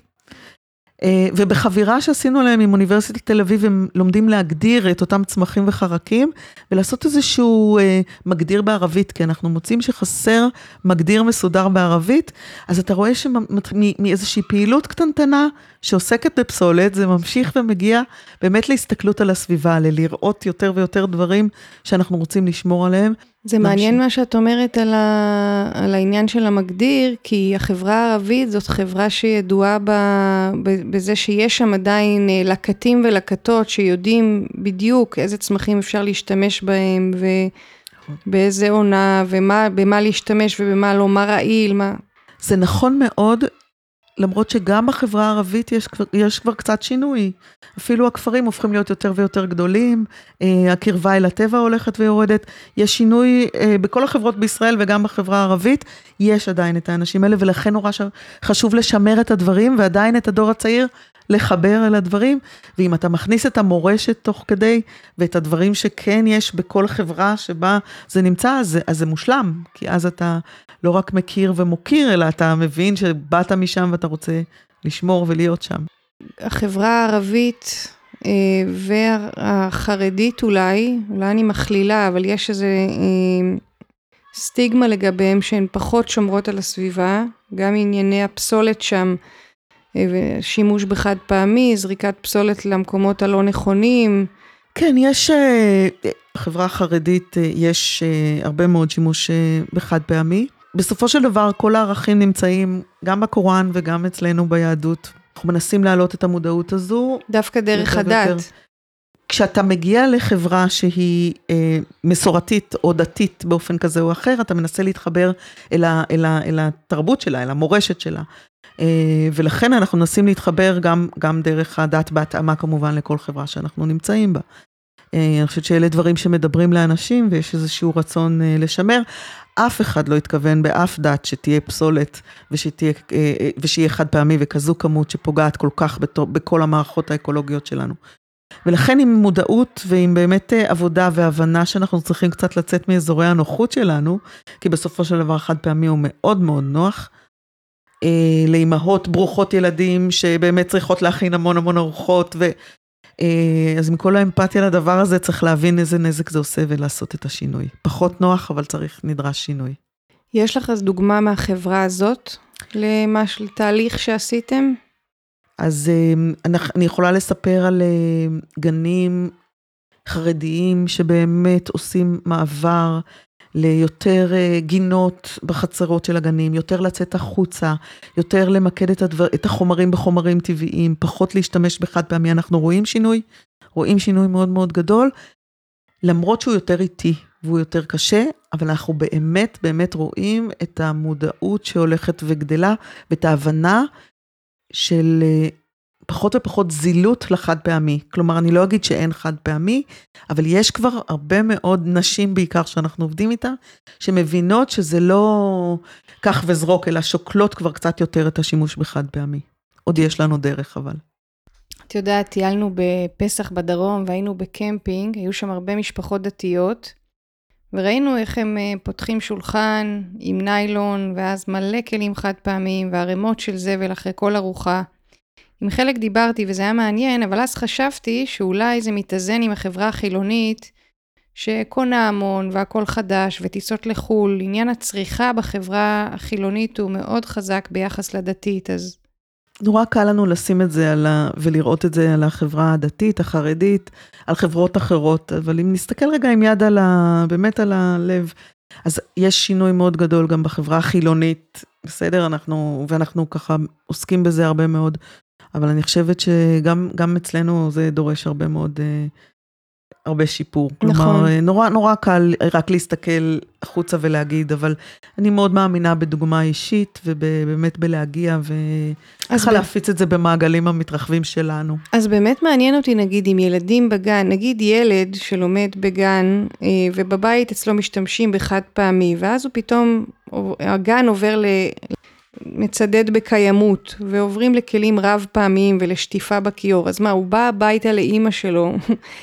ובחבירה שעשינו להם עם אוניברסיטת תל אביב, הם לומדים להגדיר את אותם צמחים וחרקים, ולעשות איזשהו מגדיר בערבית, כי אנחנו מוצאים שחסר מגדיר מסודר בערבית, אז אתה רואה שמאיזושהי פעילות קטנטנה, שעוסקת בפסולת, זה ממשיך ומגיע באמת להסתכלות על הסביבה, ללראות יותר ויותר דברים שאנחנו רוצים לשמור עליהם. זה מעניין מה שאת אומרת על, ה... על העניין של המגדיר, כי החברה הערבית זאת חברה שידועה ב... בזה שיש שם עדיין לקטים ולקטות שיודעים בדיוק איזה צמחים אפשר להשתמש בהם, ובאיזה עונה, ומה, במה להשתמש ובמה לא, מה רעיל, מה... זה נכון מאוד, למרות שגם בחברה הערבית יש, יש כבר קצת שינוי. אפילו הכפרים הופכים להיות יותר ויותר גדולים, הקרבה אל הטבע הולכת ויורדת, יש שינוי בכל החברות בישראל וגם בחברה הערבית, יש עדיין את האנשים האלה, ולכן נורא חשוב לשמר את הדברים, ועדיין את הדור הצעיר לחבר אל הדברים, ואם אתה מכניס את המורשת תוך כדי, ואת הדברים שכן יש בכל חברה שבה זה נמצא, אז, אז זה מושלם, כי אז אתה לא רק מכיר ומוקיר, אלא אתה מבין שבאת משם ואתה רוצה לשמור ולהיות שם. החברה הערבית והחרדית אולי, אולי אני מכלילה, אבל יש איזה סטיגמה לגביהם שהן פחות שומרות על הסביבה, גם ענייני הפסולת שם, ושימוש בחד פעמי, זריקת פסולת למקומות הלא נכונים. כן, יש, בחברה החרדית יש הרבה מאוד שימוש בחד פעמי. בסופו של דבר כל הערכים נמצאים גם בקוראן וגם אצלנו ביהדות. אנחנו מנסים להעלות את המודעות הזו. דווקא דרך הדת. כשאתה מגיע לחברה שהיא אה, מסורתית או דתית באופן כזה או אחר, אתה מנסה להתחבר אל, ה, אל, ה, אל התרבות שלה, אל המורשת שלה. אה, ולכן אנחנו מנסים להתחבר גם, גם דרך הדת בהתאמה כמובן לכל חברה שאנחנו נמצאים בה. אני חושבת שאלה דברים שמדברים לאנשים, ויש איזשהו רצון לשמר. אף אחד לא התכוון באף דת שתהיה פסולת, ושתהיה, ושיהיה חד פעמי וכזו כמות שפוגעת כל כך בכל המערכות האקולוגיות שלנו. ולכן עם מודעות ועם באמת עבודה והבנה שאנחנו צריכים קצת לצאת מאזורי הנוחות שלנו, כי בסופו של דבר חד פעמי הוא מאוד מאוד נוח, לאמהות ברוכות ילדים שבאמת צריכות להכין המון המון ארוחות, ו... אז עם כל האמפתיה לדבר הזה צריך להבין איזה נזק זה עושה ולעשות את השינוי. פחות נוח, אבל צריך, נדרש שינוי. יש לך אז דוגמה מהחברה הזאת למשהו, לתהליך שעשיתם? אז אני, אני יכולה לספר על גנים חרדיים שבאמת עושים מעבר ליותר גינות בחצרות של הגנים, יותר לצאת החוצה, יותר למקד את, הדבר, את החומרים בחומרים טבעיים, פחות להשתמש בחד פעמי. אנחנו רואים שינוי, רואים שינוי מאוד מאוד גדול, למרות שהוא יותר איטי והוא יותר קשה, אבל אנחנו באמת באמת רואים את המודעות שהולכת וגדלה, ואת ההבנה של פחות ופחות זילות לחד פעמי. כלומר, אני לא אגיד שאין חד פעמי, אבל יש כבר הרבה מאוד נשים בעיקר שאנחנו עובדים איתה, שמבינות שזה לא כך וזרוק, אלא שוקלות כבר קצת יותר את השימוש בחד פעמי. עוד יש לנו דרך, אבל. את יודעת, טיילנו בפסח בדרום, והיינו בקמפינג, היו שם הרבה משפחות דתיות, וראינו איך הם פותחים שולחן עם ניילון, ואז מלא כלים חד פעמיים, והרמות של זבל אחרי כל ארוחה. עם חלק דיברתי וזה היה מעניין, אבל אז חשבתי שאולי זה מתאזן עם החברה החילונית, שקונה המון והכל חדש וטיסות לחול. עניין הצריכה בחברה החילונית הוא מאוד חזק ביחס לדתית, אז... נורא קל לנו לשים את זה על ה... ולראות את זה על החברה הדתית, החרדית, על חברות אחרות, אבל אם נסתכל רגע עם יד על ה... באמת על הלב, אז יש שינוי מאוד גדול גם בחברה החילונית, בסדר? אנחנו... ואנחנו ככה עוסקים בזה הרבה מאוד, אבל אני חושבת שגם גם אצלנו זה דורש הרבה מאוד, הרבה שיפור. נכון. כלומר, נורא, נורא קל רק להסתכל החוצה ולהגיד, אבל אני מאוד מאמינה בדוגמה אישית, ובאמת בלהגיע, וככה להפיץ את זה במעגלים המתרחבים שלנו. אז באמת מעניין אותי, נגיד, עם ילדים בגן, נגיד ילד שלומד בגן, ובבית אצלו משתמשים בחד פעמי, ואז הוא פתאום, הגן עובר ל... מצדד בקיימות, ועוברים לכלים רב פעמיים ולשטיפה בכיור. אז מה, הוא בא הביתה לאמא שלו,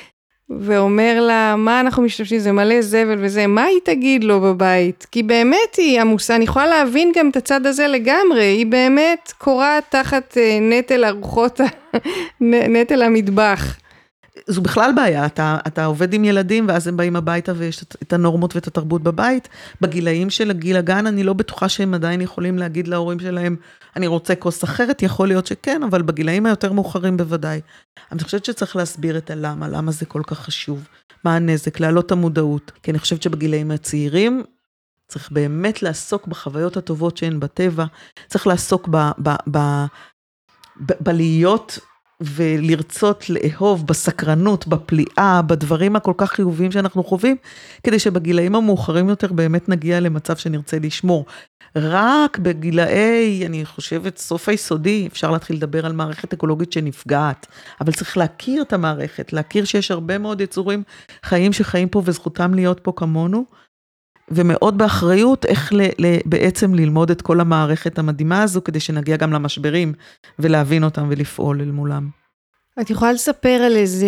ואומר לה, מה אנחנו משתמשים? זה מלא זבל וזה, מה היא תגיד לו בבית? כי באמת היא עמוסה, אני יכולה להבין גם את הצד הזה לגמרי, היא באמת קוראת תחת נטל ארוחות, נטל המטבח. זו בכלל בעיה, אתה, אתה עובד עם ילדים, ואז הם באים הביתה, ויש את הנורמות ואת התרבות בבית. בגילאים של הגיל הגן, אני לא בטוחה שהם עדיין יכולים להגיד להורים שלהם, אני רוצה כוס אחרת, יכול להיות שכן, אבל בגילאים היותר מאוחרים בוודאי. אני חושבת שצריך להסביר את הלמה, למה זה כל כך חשוב, מה הנזק, להעלות המודעות, כי אני חושבת שבגילאים הצעירים, צריך באמת לעסוק בחוויות הטובות שהן בטבע, צריך לעסוק ב, ב, ב, ב, בלהיות ולרצות לאהוב בסקרנות, בפליאה, בדברים הכל כך חיוביים שאנחנו חווים, כדי שבגילאים המאוחרים יותר באמת נגיע למצב שנרצה לשמור. רק בגילאי, אני חושבת, סוף היסודי, אפשר להתחיל לדבר על מערכת אקולוגית שנפגעת, אבל צריך להכיר את המערכת, להכיר שיש הרבה מאוד יצורים חיים שחיים פה וזכותם להיות פה כמונו, ומאוד באחריות איך ל, ל, בעצם ללמוד את כל המערכת המדהימה הזו, כדי שנגיע גם למשברים, ולהבין אותם ולפעול אל מולם. את יכולה לספר על איזה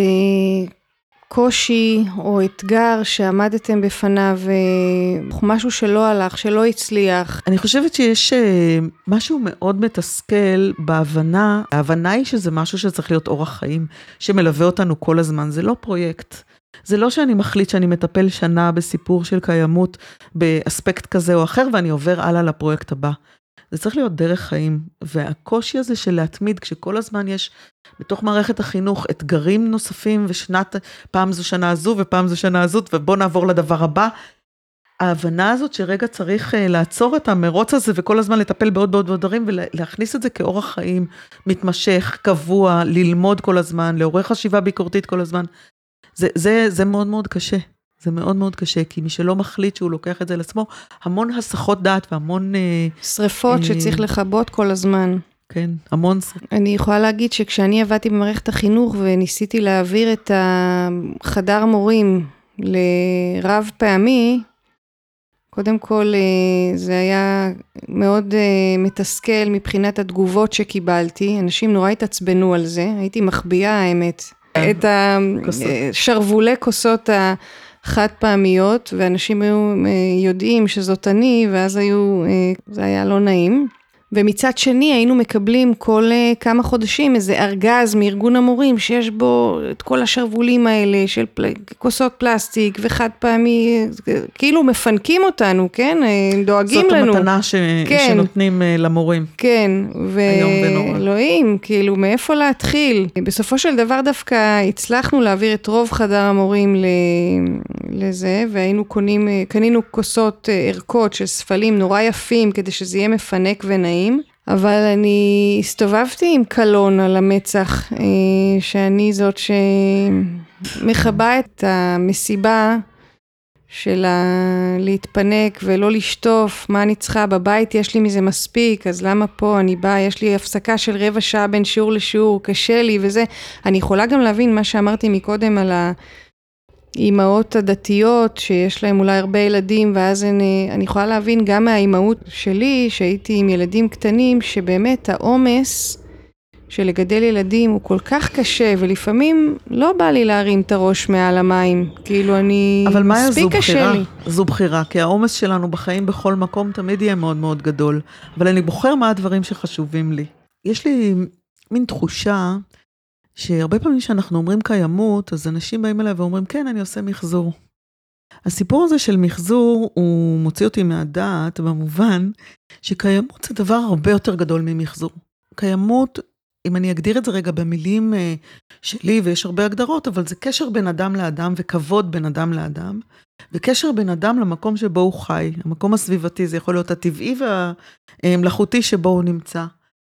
קושי או אתגר שעמדתם בפניו, משהו שלא הלך, שלא הצליח? אני חושבת שיש משהו מאוד מתסכל בהבנה, ההבנה היא שזה משהו שצריך להיות אורח חיים, שמלווה אותנו כל הזמן, זה לא פרויקט. זה לא שאני מחליט שאני מטפל שנה בסיפור של קיימות באספקט כזה או אחר, ואני עובר הלאה לפרויקט הבא. זה צריך להיות דרך חיים, והקושי הזה של להתמיד, כשכל הזמן יש בתוך מערכת החינוך אתגרים נוספים, ושנת, פעם זו שנה הזו ופעם זו שנה הזאת, ובוא נעבור לדבר הבא. ההבנה הזאת שרגע צריך לעצור את המרוץ הזה, וכל הזמן לטפל בעוד בעוד דברים, ולהכניס את זה כאורח חיים מתמשך, קבוע, ללמוד כל הזמן, לעורר חשיבה ביקורתית כל הזמן. זה, זה, זה מאוד מאוד קשה, זה מאוד מאוד קשה, כי מי שלא מחליט שהוא לוקח את זה לעצמו, המון הסחות דעת והמון... שריפות אה, שצריך לחבות כל הזמן. כן, המון שריפות. אני יכולה להגיד שכשאני עבדתי במערכת החינוך וניסיתי להעביר את החדר מורים לרב פעמי, קודם כל זה היה מאוד מתסכל מבחינת התגובות שקיבלתי, אנשים נורא התעצבנו על זה, הייתי מחביאה האמת, את השרוולי כוסות החד פעמיות, ואנשים היו יודעים שזאת אני, ואז היו, זה היה לא נעים. ומצד שני היינו מקבלים כל כמה חודשים איזה ארגז מארגון המורים שיש בו את כל השרבולים האלה של פל... כוסות פלסטיק וחד פעמי, כאילו מפנקים אותנו, כן? דואגים זאת לנו. זאת המתנה ש... כן. שנותנים למורים. כן, ואלוהים, כאילו מאיפה להתחיל? בסופו של דבר דווקא הצלחנו להעביר את רוב חדר המורים ל... לזה, והיינו קונים, קנינו כוסות ערכות של ספלים נורא יפים כדי שזה יהיה מפנק ונעים. אבל אני הסתובבתי עם קלון על המצח, שאני זאת שמחבה את המסיבה של להתפנק ולא לשטוף, מה אני צריכה, בבית יש לי מזה מספיק, אז למה פה אני באה, יש לי הפסקה של רבע שעה בין שיעור לשיעור, קשה לי וזה, אני יכולה גם להבין מה שאמרתי מקודם על ה... אימהות הדתיות שיש להם אולי הרבה ילדים, ואז אני, אני יכולה להבין גם מהאימהות שלי, שהייתי עם ילדים קטנים, שבאמת העומס של לגדל ילדים הוא כל כך קשה, ולפעמים לא בא לי להרים את הראש מעל המים, כאילו אני אבל מה מספיק זו קשה בחירה? לי. זו בחירה, כי העומס שלנו בחיים בכל מקום תמיד יהיה מאוד מאוד גדול, אבל אני בוחר מה הדברים שחשובים לי. יש לי מין תחושה, שהרבה פעמים שאנחנו אומרים קיימות, אז אנשים באים אליי ואומרים, כן, אני עושה מחזור. הסיפור הזה של מחזור, הוא מוציא אותי מהדעת, במובן שקיימות זה דבר הרבה יותר גדול ממחזור. קיימות, אם אני אגדיר את זה רגע במילים שלי, ויש הרבה הגדרות, אבל זה קשר בין אדם לאדם, וכבוד בין אדם לאדם, וקשר בין אדם למקום שבו הוא חי. המקום הסביבתי, זה יכול להיות הטבעי והמלאכותי שבו הוא נמצא.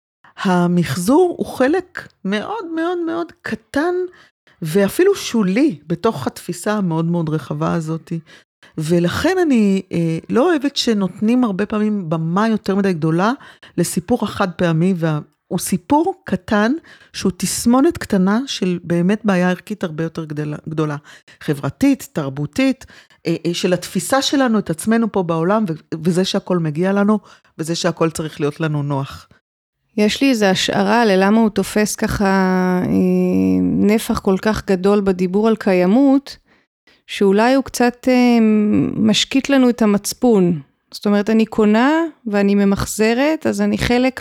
המחזור הוא חלק מאוד מאוד מאוד קטן, ואפילו שולי, בתוך התפיסה המאוד מאוד רחבה הזאת. ולכן אני אה, לא אוהבת שנותנים הרבה פעמים במה יותר מדי גדולה, לסיפור החד פעמי, והוא סיפור קטן, שהוא תסמונת קטנה, של באמת בעיה ערכית הרבה יותר גדולה, גדולה. חברתית, תרבותית, אה, אה, של התפיסה שלנו את עצמנו פה בעולם, וזה שהכל מגיע לנו, וזה שהכל צריך להיות לנו נוח. יש לי איזו השערה ללמה הוא תופס ככה נפח כל כך גדול בדיבור על קיימות, שאולי הוא קצת משקיט לנו את המצפון. זאת אומרת, אני קונה ואני ממחזרת, אז אני חלק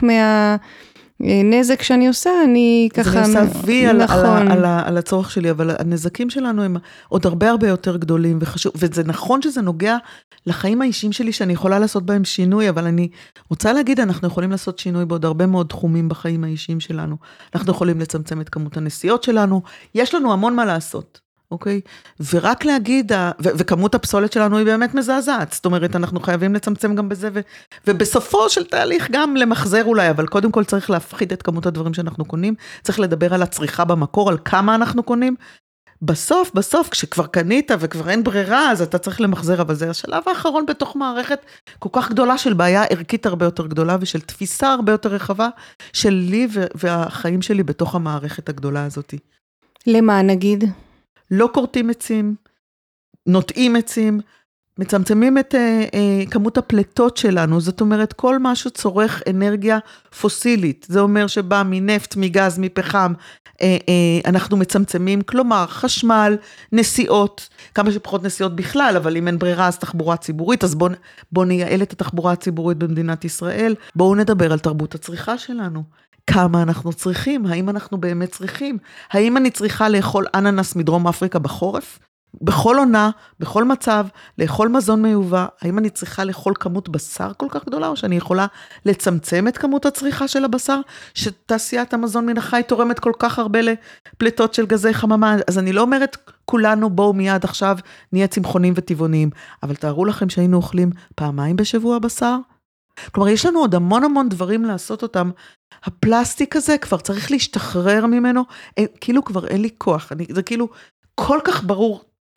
מהנזק שאני עושה, אני ככה... אז אני עושה וי על, נכון. על, על, על הצורך שלי, אבל הנזקים שלנו הם עוד הרבה הרבה יותר גדולים וחשוב, וזה נכון שזה נוגע לחיים האישיים שלי, שאני יכולה לעשות בהם שינוי, אבל אני רוצה להגיד, אנחנו יכולים לעשות שינוי בעוד הרבה מאוד תחומים בחיים האישיים שלנו. אנחנו יכולים לצמצם את כמות הנסיעות שלנו, יש לנו המון מה לעשות, אוקיי? ורק להגיד, ו- וכמות הפסולת שלנו היא באמת מזעזעת, זאת אומרת, אנחנו חייבים לצמצם גם בזה, ו- ובסופו של תהליך גם למחזר אולי, אבל קודם כל צריך להפחית את כמות הדברים שאנחנו קונים, צריך לדבר על הצריכה במקור, על כמה אנחנו קונים, בסוף, בסוף, כשכבר קנית וכבר אין ברירה, אז אתה צריך למחזר, אבל זה השלב האחרון בתוך מערכת כל כך גדולה של בעיה ערכית הרבה יותר גדולה, ושל תפיסה הרבה יותר רחבה, של לי והחיים שלי בתוך המערכת הגדולה הזאת. למה נגיד? לא קורטים עצים, נוטעים עצים, מצמצמים את אה, אה, כמות הפלטות שלנו, זאת אומרת, כל משהו צורך אנרגיה פוסילית, זה אומר שבא מנפט, מגז, מפחם, אה, אה, אנחנו מצמצמים, כלומר, חשמל, נסיעות, כמה שפחות נסיעות בכלל, אבל אם אין ברירה, אז תחבורה ציבורית, אז בואו בוא נייעל את התחבורה הציבורית במדינת ישראל, בואו נדבר על תרבות הצריכה שלנו. כמה אנחנו צריכים, האם אנחנו באמת צריכים, האם אני צריכה לאכול אננס מדרום אפריקה בחורף? בכל עונה, בכל מצב, לאכול מזון מיובא, האם אני צריכה לאכול כמות בשר כל כך גדולה, או שאני יכולה לצמצם את כמות הצריכה של הבשר, שתעשיית המזון מן החי תורמת כל כך הרבה לפליטות של גזי חממה, אז אני לא אומרת, כולנו בואו מיד עכשיו נהיה צמחונים וטבעוניים, אבל תארו לכם שהיינו אוכלים פעמיים בשבוע בשר, כלומר יש לנו עוד המון המון דברים לעשות אותם, הפלסטיק הזה כבר צריך להשתחרר ממנו, כאילו כבר אין לי כוח, אני, זה כאילו כל כך ברור,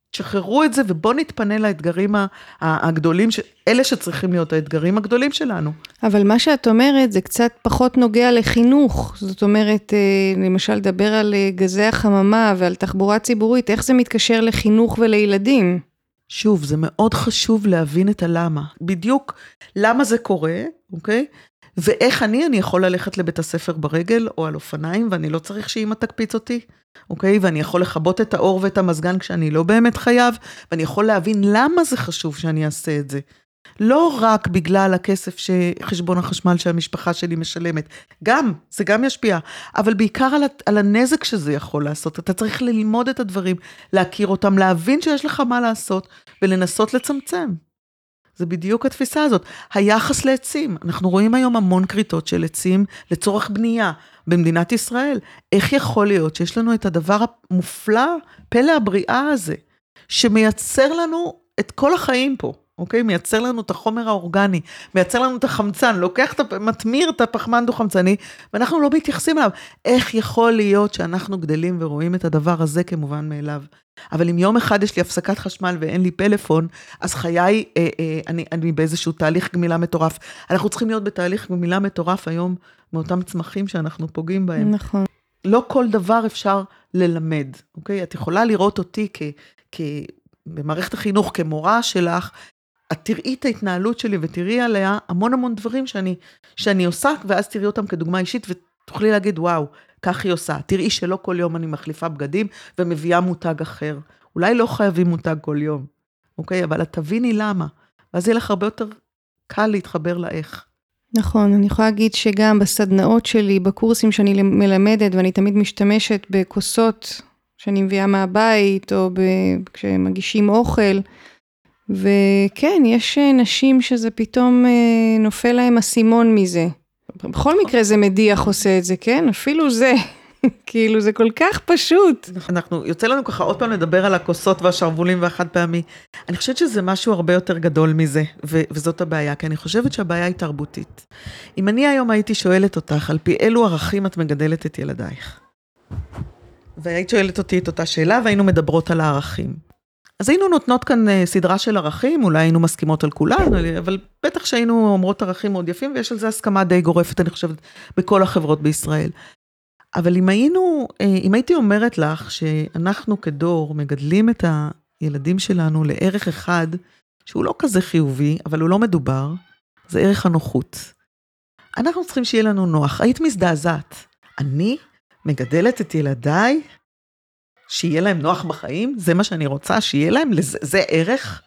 תשחררו את זה, ובוא נתפנה לאתגרים הגדולים, אלה שצריכים להיות האתגרים הגדולים שלנו. אבל מה שאת אומרת, זה קצת פחות נוגע לחינוך. זאת אומרת, למשל, לדבר על גזי החממה ועל תחבורה ציבורית, איך זה מתקשר לחינוך ולילדים? שוב, זה מאוד חשוב להבין את הלמה. בדיוק למה זה קורה, אוקיי? ואיך אני, אני יכול ללכת לבית הספר ברגל או על אופניים, ואני לא צריך שאמא תקפיץ אותי, אוקיי? ואני יכול לחבות את האור ואת המזגן כשאני לא באמת חייב, ואני יכול להבין למה זה חשוב שאני אעשה את זה. לא רק בגלל הכסף שחשבון החשמל שהמשפחה שלי משלמת, גם, זה גם ישפיע, אבל בעיקר על, על הנזק שזה יכול לעשות. אתה צריך ללמוד את הדברים, להכיר אותם, להבין שיש לך מה לעשות, ולנסות לצמצם. זה בדיוק התפיסה הזאת. היחס לעצים, אנחנו רואים היום המון קריטות של עצים לצורך בנייה במדינת ישראל. איך יכול להיות שיש לנו את הדבר המופלא, פלא הבריאה הזה, שמייצר לנו את כל החיים פה, אוקיי? מייצר לנו את החומר האורגני, מייצר לנו את החמצן, לוקח, מתמיר את הפחמן דו-חמצני, ואנחנו לא מתייחסים אליו. איך יכול להיות שאנחנו גדלים ורואים את הדבר הזה כמובן מאליו? אבל אם יום אחד יש לי הפסקת חשמל ואין לי פלאפון, אז חיי, אה, אה, אני, אני באיזשהו תהליך גמילה מטורף. אנחנו צריכים להיות בתהליך גמילה מטורף היום, מאותם צמחים שאנחנו פוגעים בהם. נכון. לא כל דבר אפשר ללמד, אוקיי? את יכולה לראות אותי כ, כ, במערכת החינוך כמורה שלך, את תראי את ההתנהלות שלי ותראי עליה המון המון דברים שאני, שאני עושה, ואז תראי אותם כדוגמה אישית ותוכלי להגיד, וואו, כך היא עושה. תראי שלא כל יום אני מחליפה בגדים ומביאה מותג אחר. אולי לא חייבים מותג כל יום, אוקיי? אבל את תביני למה. ואז יהיה לך הרבה יותר קל להתחבר לאיך. נכון, אני יכולה להגיד שגם בסדנאות שלי, בקורסים שאני מלמדת, ואני תמיד משתמשת בכוסות שאני מביאה מהבית, או כשמגישים אוכל, וכן, יש נשים שזה פתאום נופל להם הסימון מזה. בכל מקרה זה מדיח עושה את זה, כן? אפילו זה, כאילו זה כל כך פשוט. אנחנו, יוצא לנו ככה עוד פעם לדבר על הכוסות והשרבולים והחד פעמי. אני חושבת שזה משהו הרבה יותר גדול מזה, ו- וזאת הבעיה, כי אני חושבת שהבעיה היא תרבותית. אם אני היום הייתי שואלת אותך, על פי אילו ערכים את מגדלת את ילדייך? והיית שואלת אותי את אותה שאלה, והיינו מדברות על הערכים. אז היינו נותנות כאן סדרה של ערכים, אולי היינו מסכימות על כולן, אבל בטח שהיינו אומרות ערכים מאוד יפים, ויש על זה הסכמה די גורפת, אני חושבת, בכל החברות בישראל. אבל אם היינו, אם הייתי אומרת לך, שאנחנו כדור מגדלים את הילדים שלנו לערך אחד, שהוא לא כזה חיובי, אבל הוא לא מדובר, זה ערך הנוחות. אנחנו צריכים שיהיה לנו נוח. היית מזדעזעת. אני מגדלת את ילדיי, שיהיה להם נוח בחיים, זה מה שאני רוצה, שיהיה להם, זה, זה ערך,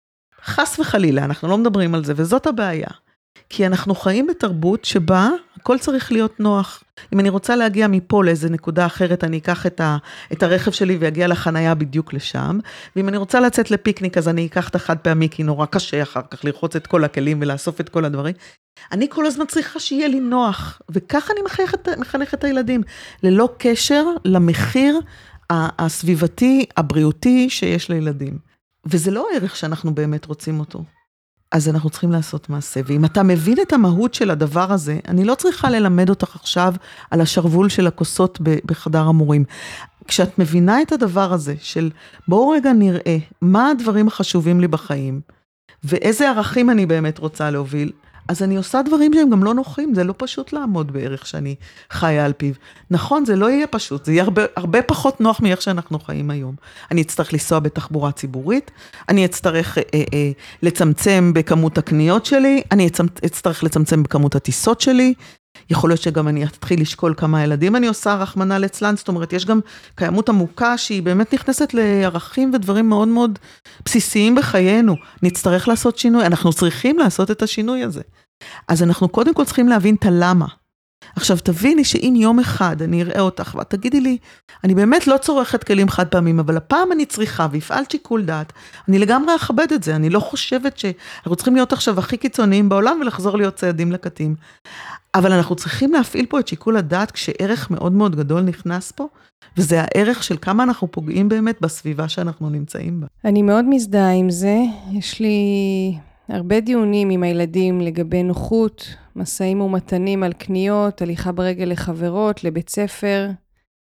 חס וחלילה, אנחנו לא מדברים על זה, וזאת הבעיה. כי אנחנו חיים בתרבות שבה הכל צריך להיות נוח. אם אני רוצה להגיע מפה לאיזה נקודה אחרת, אני אקח את, ה, את הרכב שלי ויגיע לחנייה בדיוק לשם, ואם אני רוצה לצאת לפיקניק, אז אני אקח את החד פעמי, כי נורא קשה אחר כך לרחוץ את כל הכלים ולאסוף את כל הדברים. אני כל הזמן צריכה שיהיה לי נוח, וככה אני מחנכת, מחנכת את הילדים, ללא קשר למחיר הסביבתי, הבריאותי שיש לילדים. וזה לא ערך שאנחנו באמת רוצים אותו. אז אנחנו צריכים לעשות מעשה. ואם אתה מבין את המהות של הדבר הזה, אני לא צריכה ללמד אותך עכשיו על השרוול של הכוסות בחדר המורים. כשאת מבינה את הדבר הזה של בואו רגע נראה מה הדברים החשובים לי בחיים, ואיזה ערכים אני באמת רוצה להוביל, אז אני עושה דברים שהם גם לא נוחים, זה לא פשוט לעמוד בערך שאני חיה על פיו. נכון, זה לא יהיה פשוט, זה יהיה הרבה, הרבה פחות נוח מאיך שאנחנו חיים היום. אני אצטרך לנסוע בתחבורה ציבורית, אני אצטרך אה, אה, לצמצם בכמות הקניות שלי, אני אצטרך לצמצם בכמות הטיסות שלי, יכול להיות שגם אני אתחיל לשקול כמה ילדים אני עושה רחמנא ליצלן, זאת אומרת, יש גם קיימות עמוקה שהיא באמת נכנסת לערכים ודברים מאוד מאוד בסיסיים בחיינו. נצטרך לעשות שינוי, אנחנו צריכים לעשות את השינוי הזה. אז אנחנו קודם כל צריכים להבין את הלמה. עכשיו תביני שאם יום אחד אני אראה אותך ותגידי לי, אני באמת לא צורכת כלים חד פעמים, אבל הפעם אני צריכה והפעלת שיקול דעת, אני לגמרי אכבד את זה, אני לא חושבת שאנחנו צריכים להיות עכשיו הכי קיצוניים בעולם ולחזור להיות צעדים לקטים. אבל אנחנו צריכים להפעיל פה את שיקול הדעת כשערך מאוד מאוד גדול נכנס פה, וזה הערך של כמה אנחנו פוגעים באמת בסביבה שאנחנו נמצאים בה. אני מאוד מזדהה עם זה, יש לי הרבה דיונים עם הילדים לגבי נוחות, מסעים ומתנים על קניות, הליכה ברגל לחברות, לבית ספר.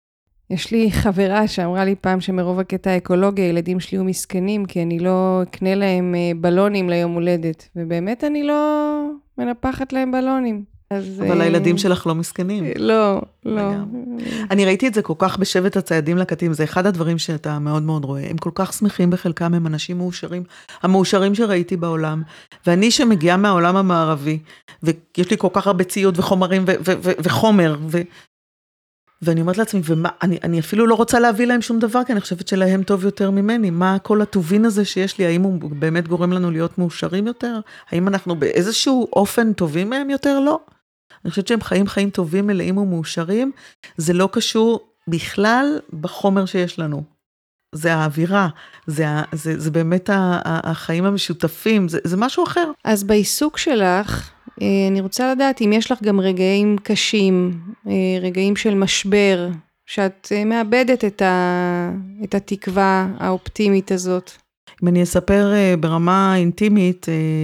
יש לי חברה שאמרה לי פעם שמרוב הקטע האקולוגיה, הילדים שלי היו מסכנים, כי אני לא אקנה להם בלונים ליום הולדת, ובאמת אני לא מנפחת להם בלונים. אז, אבל הילדים שלך לא מסכנים. לא, לא. אני ראיתי את זה כל כך בשבט הציידים לקטים, זה אחד הדברים שאתה מאוד מאוד רואה. הם כל כך שמחים בחלקם, הם אנשים מאושרים, המאושרים שראיתי בעולם. ואני שמגיעה מהעולם המערבי, ויש לי כל כך הרבה ציוד וחומרים ו- ו- ו- וחומר, ו- ואני אומרת לעצמי, ומה, אני, אני אפילו לא רוצה להביא להם שום דבר, כי אני חושבת שלהם טוב יותר ממני. מה כל הטובין הזה שיש לי? האם הוא באמת גורם לנו להיות מאושרים יותר? האם אנחנו באיזשהו אופן טובים מהם יותר? לא. אני חושבת שהם חיים חיים טובים, מלאים ומאושרים. זה לא קשור בכלל בחומר שיש לנו. זה האווירה, זה, זה, זה באמת החיים המשותפים, זה, זה משהו אחר. אז בעיסוק שלך, אני רוצה לדעת אם יש לך גם רגעים קשים, רגעים של משבר, שאת מאבדת את, ה, את התקווה האופטימית הזאת. אם אני אספר ברמה אינטימית,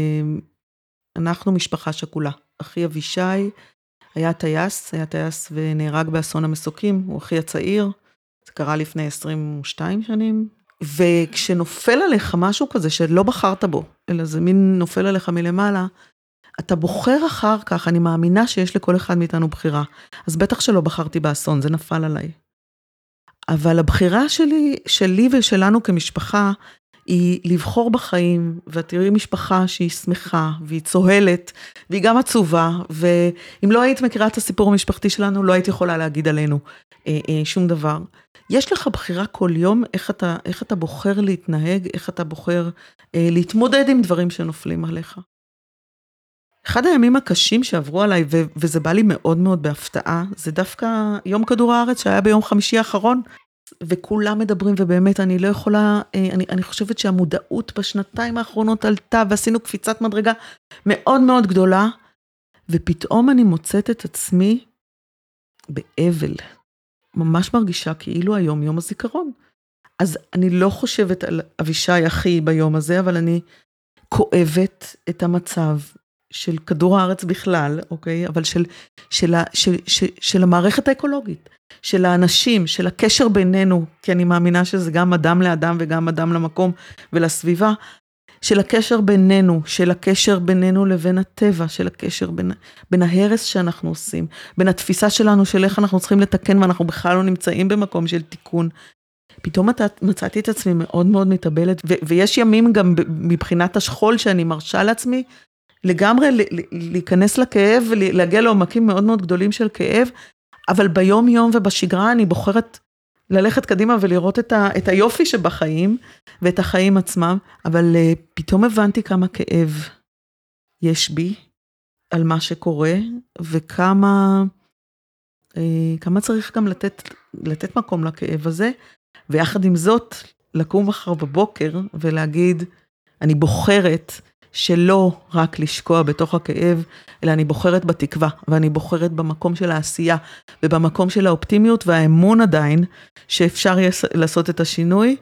אנחנו משפחה שכולה. אחי אבישי היה טייס, היה טייס ונהרג באסון המסוקים, הוא אחי הצעיר, זה קרה לפני עשרים ושתיים שנים, וכשנופל עליך משהו כזה שלא בחרת בו, אלא זה מין נופל עליך מלמעלה, אתה בוחר אחר כך, אני מאמינה שיש לכל אחד מאיתנו בחירה, אז בטח שלא בחרתי באסון, זה נפל עליי. אבל הבחירה שלי, שלי ושלנו כמשפחה, היא לבחור בחיים, ואת תראי משפחה שהיא שמחה, והיא צוהלת, והיא גם עצובה, ואם לא היית מכירה את הסיפור המשפחתי שלנו, לא היית יכולה להגיד עלינו אה, אה, שום דבר. יש לך בחירה כל יום, איך אתה, איך אתה בוחר להתנהג, איך אתה בוחר אה, להתמודד עם דברים שנופלים עליך. אחד הימים הקשים שעברו עליי, ו- וזה בא לי מאוד מאוד בהפתעה, זה דווקא יום כדור הארץ שהיה ביום חמישי האחרון, וכולם מדברים, ובאמת אני לא יכולה, אני, אני חושבת שהמודעות בשנתיים האחרונות עלתה, ועשינו קפיצת מדרגה מאוד מאוד גדולה, ופתאום אני מוצאת את עצמי באבל, ממש מרגישה כאילו היום יום הזיכרון. אז אני לא חושבת על אבישי אחי ביום הזה, אבל אני כואבת את המצב של כדור הארץ בכלל, אוקיי? אבל של, של, של, של, של המערכת האקולוגית, של האנשים, של הקשר בינינו, כי אני מאמינה שזה גם אדם לאדם וגם אדם למקום ולסביבה, של הקשר בינינו, של הקשר בינינו לבין הטבע, של הקשר בין, בין ההרס שאנחנו עושים, בין התפיסה שלנו של איך אנחנו צריכים לתקן, ואנחנו בכלל לא נמצאים במקום של תיקון. פתאום מצאתי את עצמי מאוד מאוד מתאבלת, ו- ויש ימים גם מבחינת השכול שאני מרשה לעצמי, לגמרי להיכנס לכאב ולהגיע לעומקים מאוד מאוד גדולים של כאב, אבל ביום יום ובשגרה אני בוחרת ללכת קדימה ולראות את, ה, את היופי שבחיים ואת החיים עצמם, אבל uh, פתאום הבנתי כמה כאב יש בי על מה שקורה, וכמה uh, כמה צריך גם לתת, לתת מקום לכאב הזה, ויחד עם זאת לקום מחר בבוקר ולהגיד, אני בוחרת שלא רק לשקוע בתוך הכאב, אלא אני בוחרת בתקווה, ואני בוחרת במקום של העשייה, ובמקום של האופטימיות והאמון עדיין, שאפשר לעשות את השינוי,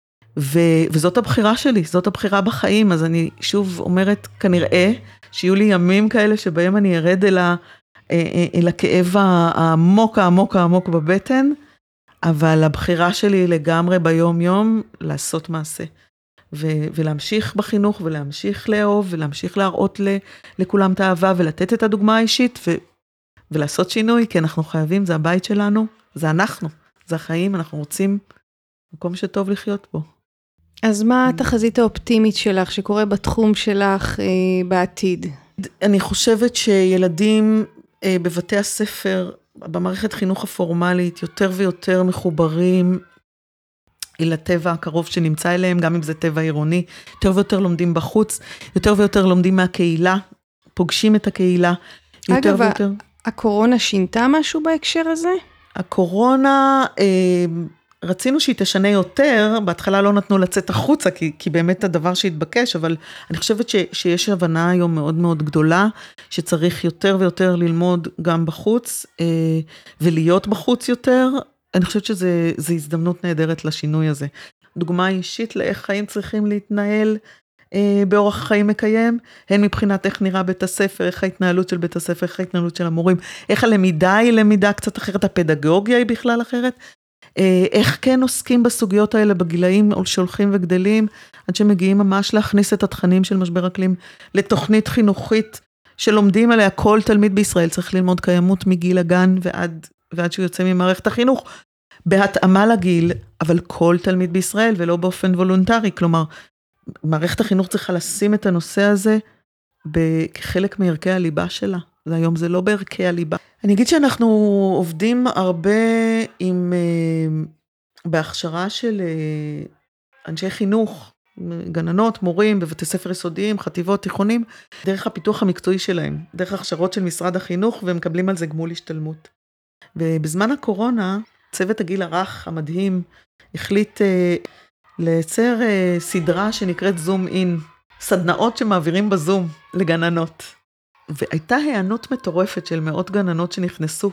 ו- וזאת הבחירה שלי, זאת הבחירה בחיים, אז אני שוב אומרת, כנראה, שיהיו לי ימים כאלה, שבהם אני ארד אל, ה- אל הכאב העמוק, העמוק, העמוק בבטן, אבל הבחירה שלי היא לגמרי ביום יום, לעשות מעשה. ו- ולהמשיך בחינוך, ולהמשיך לאהוב, ולהמשיך להראות ל- לכולם את האהבה, ולתת את הדוגמה האישית, ו- ולעשות שינוי, כי אנחנו חייבים, זה הבית שלנו, זה אנחנו, זה החיים, אנחנו רוצים מקום שטוב לחיות בו. אז מה התחזית האופטימית שלך, שקורה בתחום שלך אה, בעתיד? אני חושבת שילדים אה, בבתי הספר, במערכת חינוך הפורמלית, יותר ויותר מחוברים, אל הטבע הקרוב שנמצא אליהם, גם אם זה טבע עירוני, יותר ויותר לומדים בחוץ, יותר ויותר לומדים מהקהילה, פוגשים את הקהילה, יותר אגב, ויותר. הקורונה שינתה משהו בהקשר הזה? הקורונה, אה, רצינו שהיא תשנה יותר, בהתחלה לא נתנו לצאת החוצה, כי, כי באמת הדבר שהתבקש, אבל אני חושבת ש, שיש הבנה היום מאוד מאוד גדולה, שצריך יותר ויותר ללמוד גם בחוץ, אה, ולהיות בחוץ יותר, אני חושבת שזו הזדמנות נהדרת לשינוי הזה. דוגמה אישית לאיך חיים צריכים להתנהל אה, באורח חיים מקיים, הן מבחינת איך נראה בית הספר, איך ההתנהלות של בית הספר, איך ההתנהלות של המורים, איך הלמידה היא למידה קצת אחרת, הפדגוגיה היא בכלל אחרת, איך כן עוסקים בסוגיות האלה בגילאים שהולכים וגדלים, עד שמגיעים ממש להכניס את התכנים של משבר אקלים לתוכנית חינוכית שלומדים עליה. כל תלמיד בישראל צריך ללמוד קיימות מגיל הגן ועד, ועד שהוא יוצא ממערכת החינוך, בהתאמה לגיל, אבל כל תלמיד בישראל ולא באופן וולונטרי. כלומר, מערכת החינוך צריכה לשים את הנושא הזה כחלק מערכי הליבה שלה. היום זה לא בערכי הליבה. אני אגיד שאנחנו עובדים הרבה עם, בהכשרה של אנשי חינוך, גננות, מורים, בבתי ספר יסודיים, חטיבות, תיכונים, דרך הפיתוח המקצועי שלהם, דרך הכשרות של משרד החינוך, והם מקבלים על זה גמול השתלמות. ובזמן הקורונה, צוות הגיל הרך המדהים, החליט לייצר סדרה שנקראת זום אין, סדנאות שמעבירים בזום לגננות. והייתה הענות מטורפת של מאות גננות שנכנסו,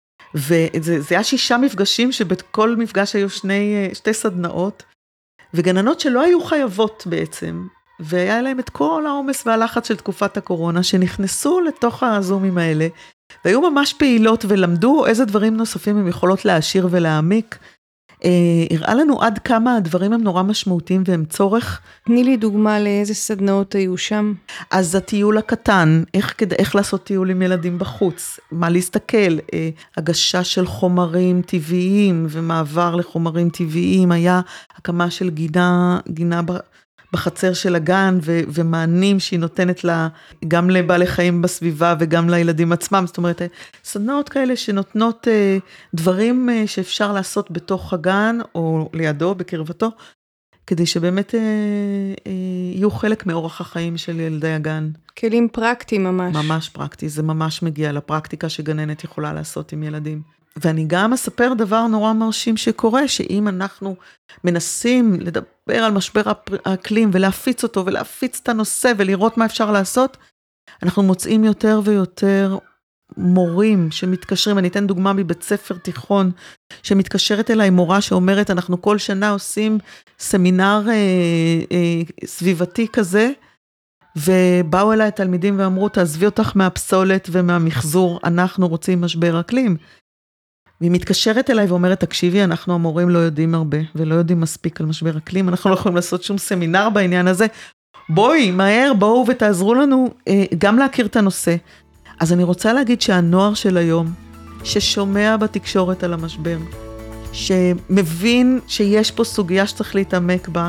וזה זה היה שישה מפגשים שבכל מפגש היו שני, שתי סדנאות, וגננות שלא היו חייבות בעצם, והיה להם את כל העומס והלחץ של תקופת הקורונה, שנכנסו לתוך הזומים האלה, והיו ממש פעילות ולמדו איזה דברים נוספים הם יכולות להעשיר ולהעמיק. אה, הראה לנו עד כמה הדברים הם נורא משמעותיים והם צורך. תני לי דוגמה לאיזה סדנאות היו שם. אז הטיול הקטן, איך, איך לעשות טיול עם ילדים בחוץ, מה להסתכל, אה, הגשה של חומרים טבעיים ומעבר לחומרים טבעיים, היה הקמה של גינה, גינה ב... בחצר של הגן, ו- ומענים שהיא נותנת לה, גם לבעלי חיים בסביבה, וגם לילדים עצמם. זאת אומרת, סדנאות כאלה שנותנות אה, דברים אה, שאפשר לעשות בתוך הגן, או לידו, בקרבתו, כדי שבאמת אה, אה, יהיו חלק מאורח החיים של ילדי הגן. כלים פרקטיים ממש. ממש פרקטי, זה ממש מגיע לפרקטיקה שגננת יכולה לעשות עם ילדים. ואני גם אספר דבר נורא מרשים שקורה, שאם אנחנו מנסים לדבר על משבר האקלים ולהפיץ אותו ולהפיץ את הנושא ולראות מה אפשר לעשות, אנחנו מוצאים יותר ויותר מורים שמתקשרים. אני אתן דוגמה מבית ספר תיכון, שמתקשרת אליי מורה שאומרת, אנחנו כל שנה עושים סמינר אה, אה, סביבתי כזה, ובאו אליי תלמידים ואמרו, תעזבי אותך מהפסולת ומהמחזור, אנחנו רוצים משבר אקלים. והיא מתקשרת אליי ואומרת, תקשיבי, אנחנו המורים לא יודעים הרבה, ולא יודעים מספיק על משבר אקלים, אנחנו לא יכולים לעשות שום סמינר בעניין הזה, בואי, מהר, בואו ותעזרו לנו אה, גם להכיר את הנושא. אז אני רוצה להגיד שהנוער של היום, ששומע בתקשורת על המשבר, שמבין שיש פה סוגיה שצריך להתעמק בה,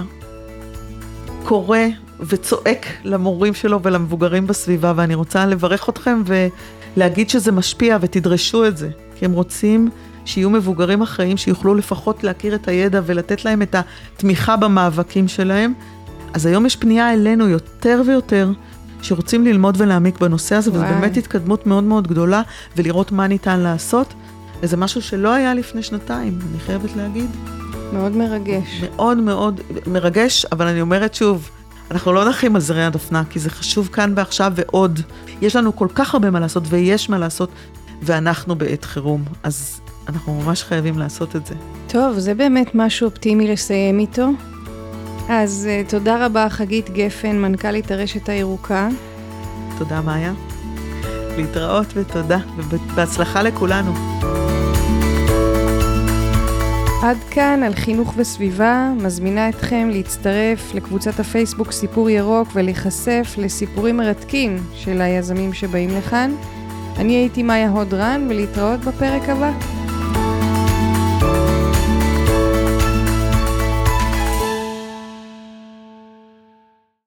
קורא וצועק למורים שלו ולמבוגרים בסביבה, ואני רוצה לברך אתכם ולהגיד שזה משפיע ותדרשו את זה. כי הם רוצים שיהיו מבוגרים אחראים, שיוכלו לפחות להכיר את הידע ולתת להם את התמיכה במאבקים שלהם. אז היום יש פנייה אלינו יותר ויותר, שרוצים ללמוד ולהעמיק בנושא הזה, וזו באמת התקדמות מאוד מאוד גדולה, ולראות מה ניתן לעשות. וזה משהו שלא היה לפני שנתיים, אני חייבת להגיד. מאוד מרגש. מאוד מאוד מרגש, אבל אני אומרת שוב, אנחנו לא נחים על זרי הדפנה, כי זה חשוב כאן ועכשיו ועוד. יש לנו כל כך הרבה מה לעשות, ויש מה לעשות, ואנחנו בעת חירום, אז אנחנו ממש חייבים לעשות את זה. טוב, זה באמת משהו אופטימי לסיים איתו. אז תודה רבה חגית גפן, מנכ"לית הרשת הירוקה. תודה מאיה. להתראות ותודה, ובהצלחה לכולנו. עד כאן על חינוך וסביבה, מזמינה אתכם להצטרף לקבוצת הפייסבוק סיפור ירוק ולהיחשף לסיפורים מרתקים של היזמים שבאים לכאן. אני הייתי מאיה הודרן ולהתראות בפרק הבא.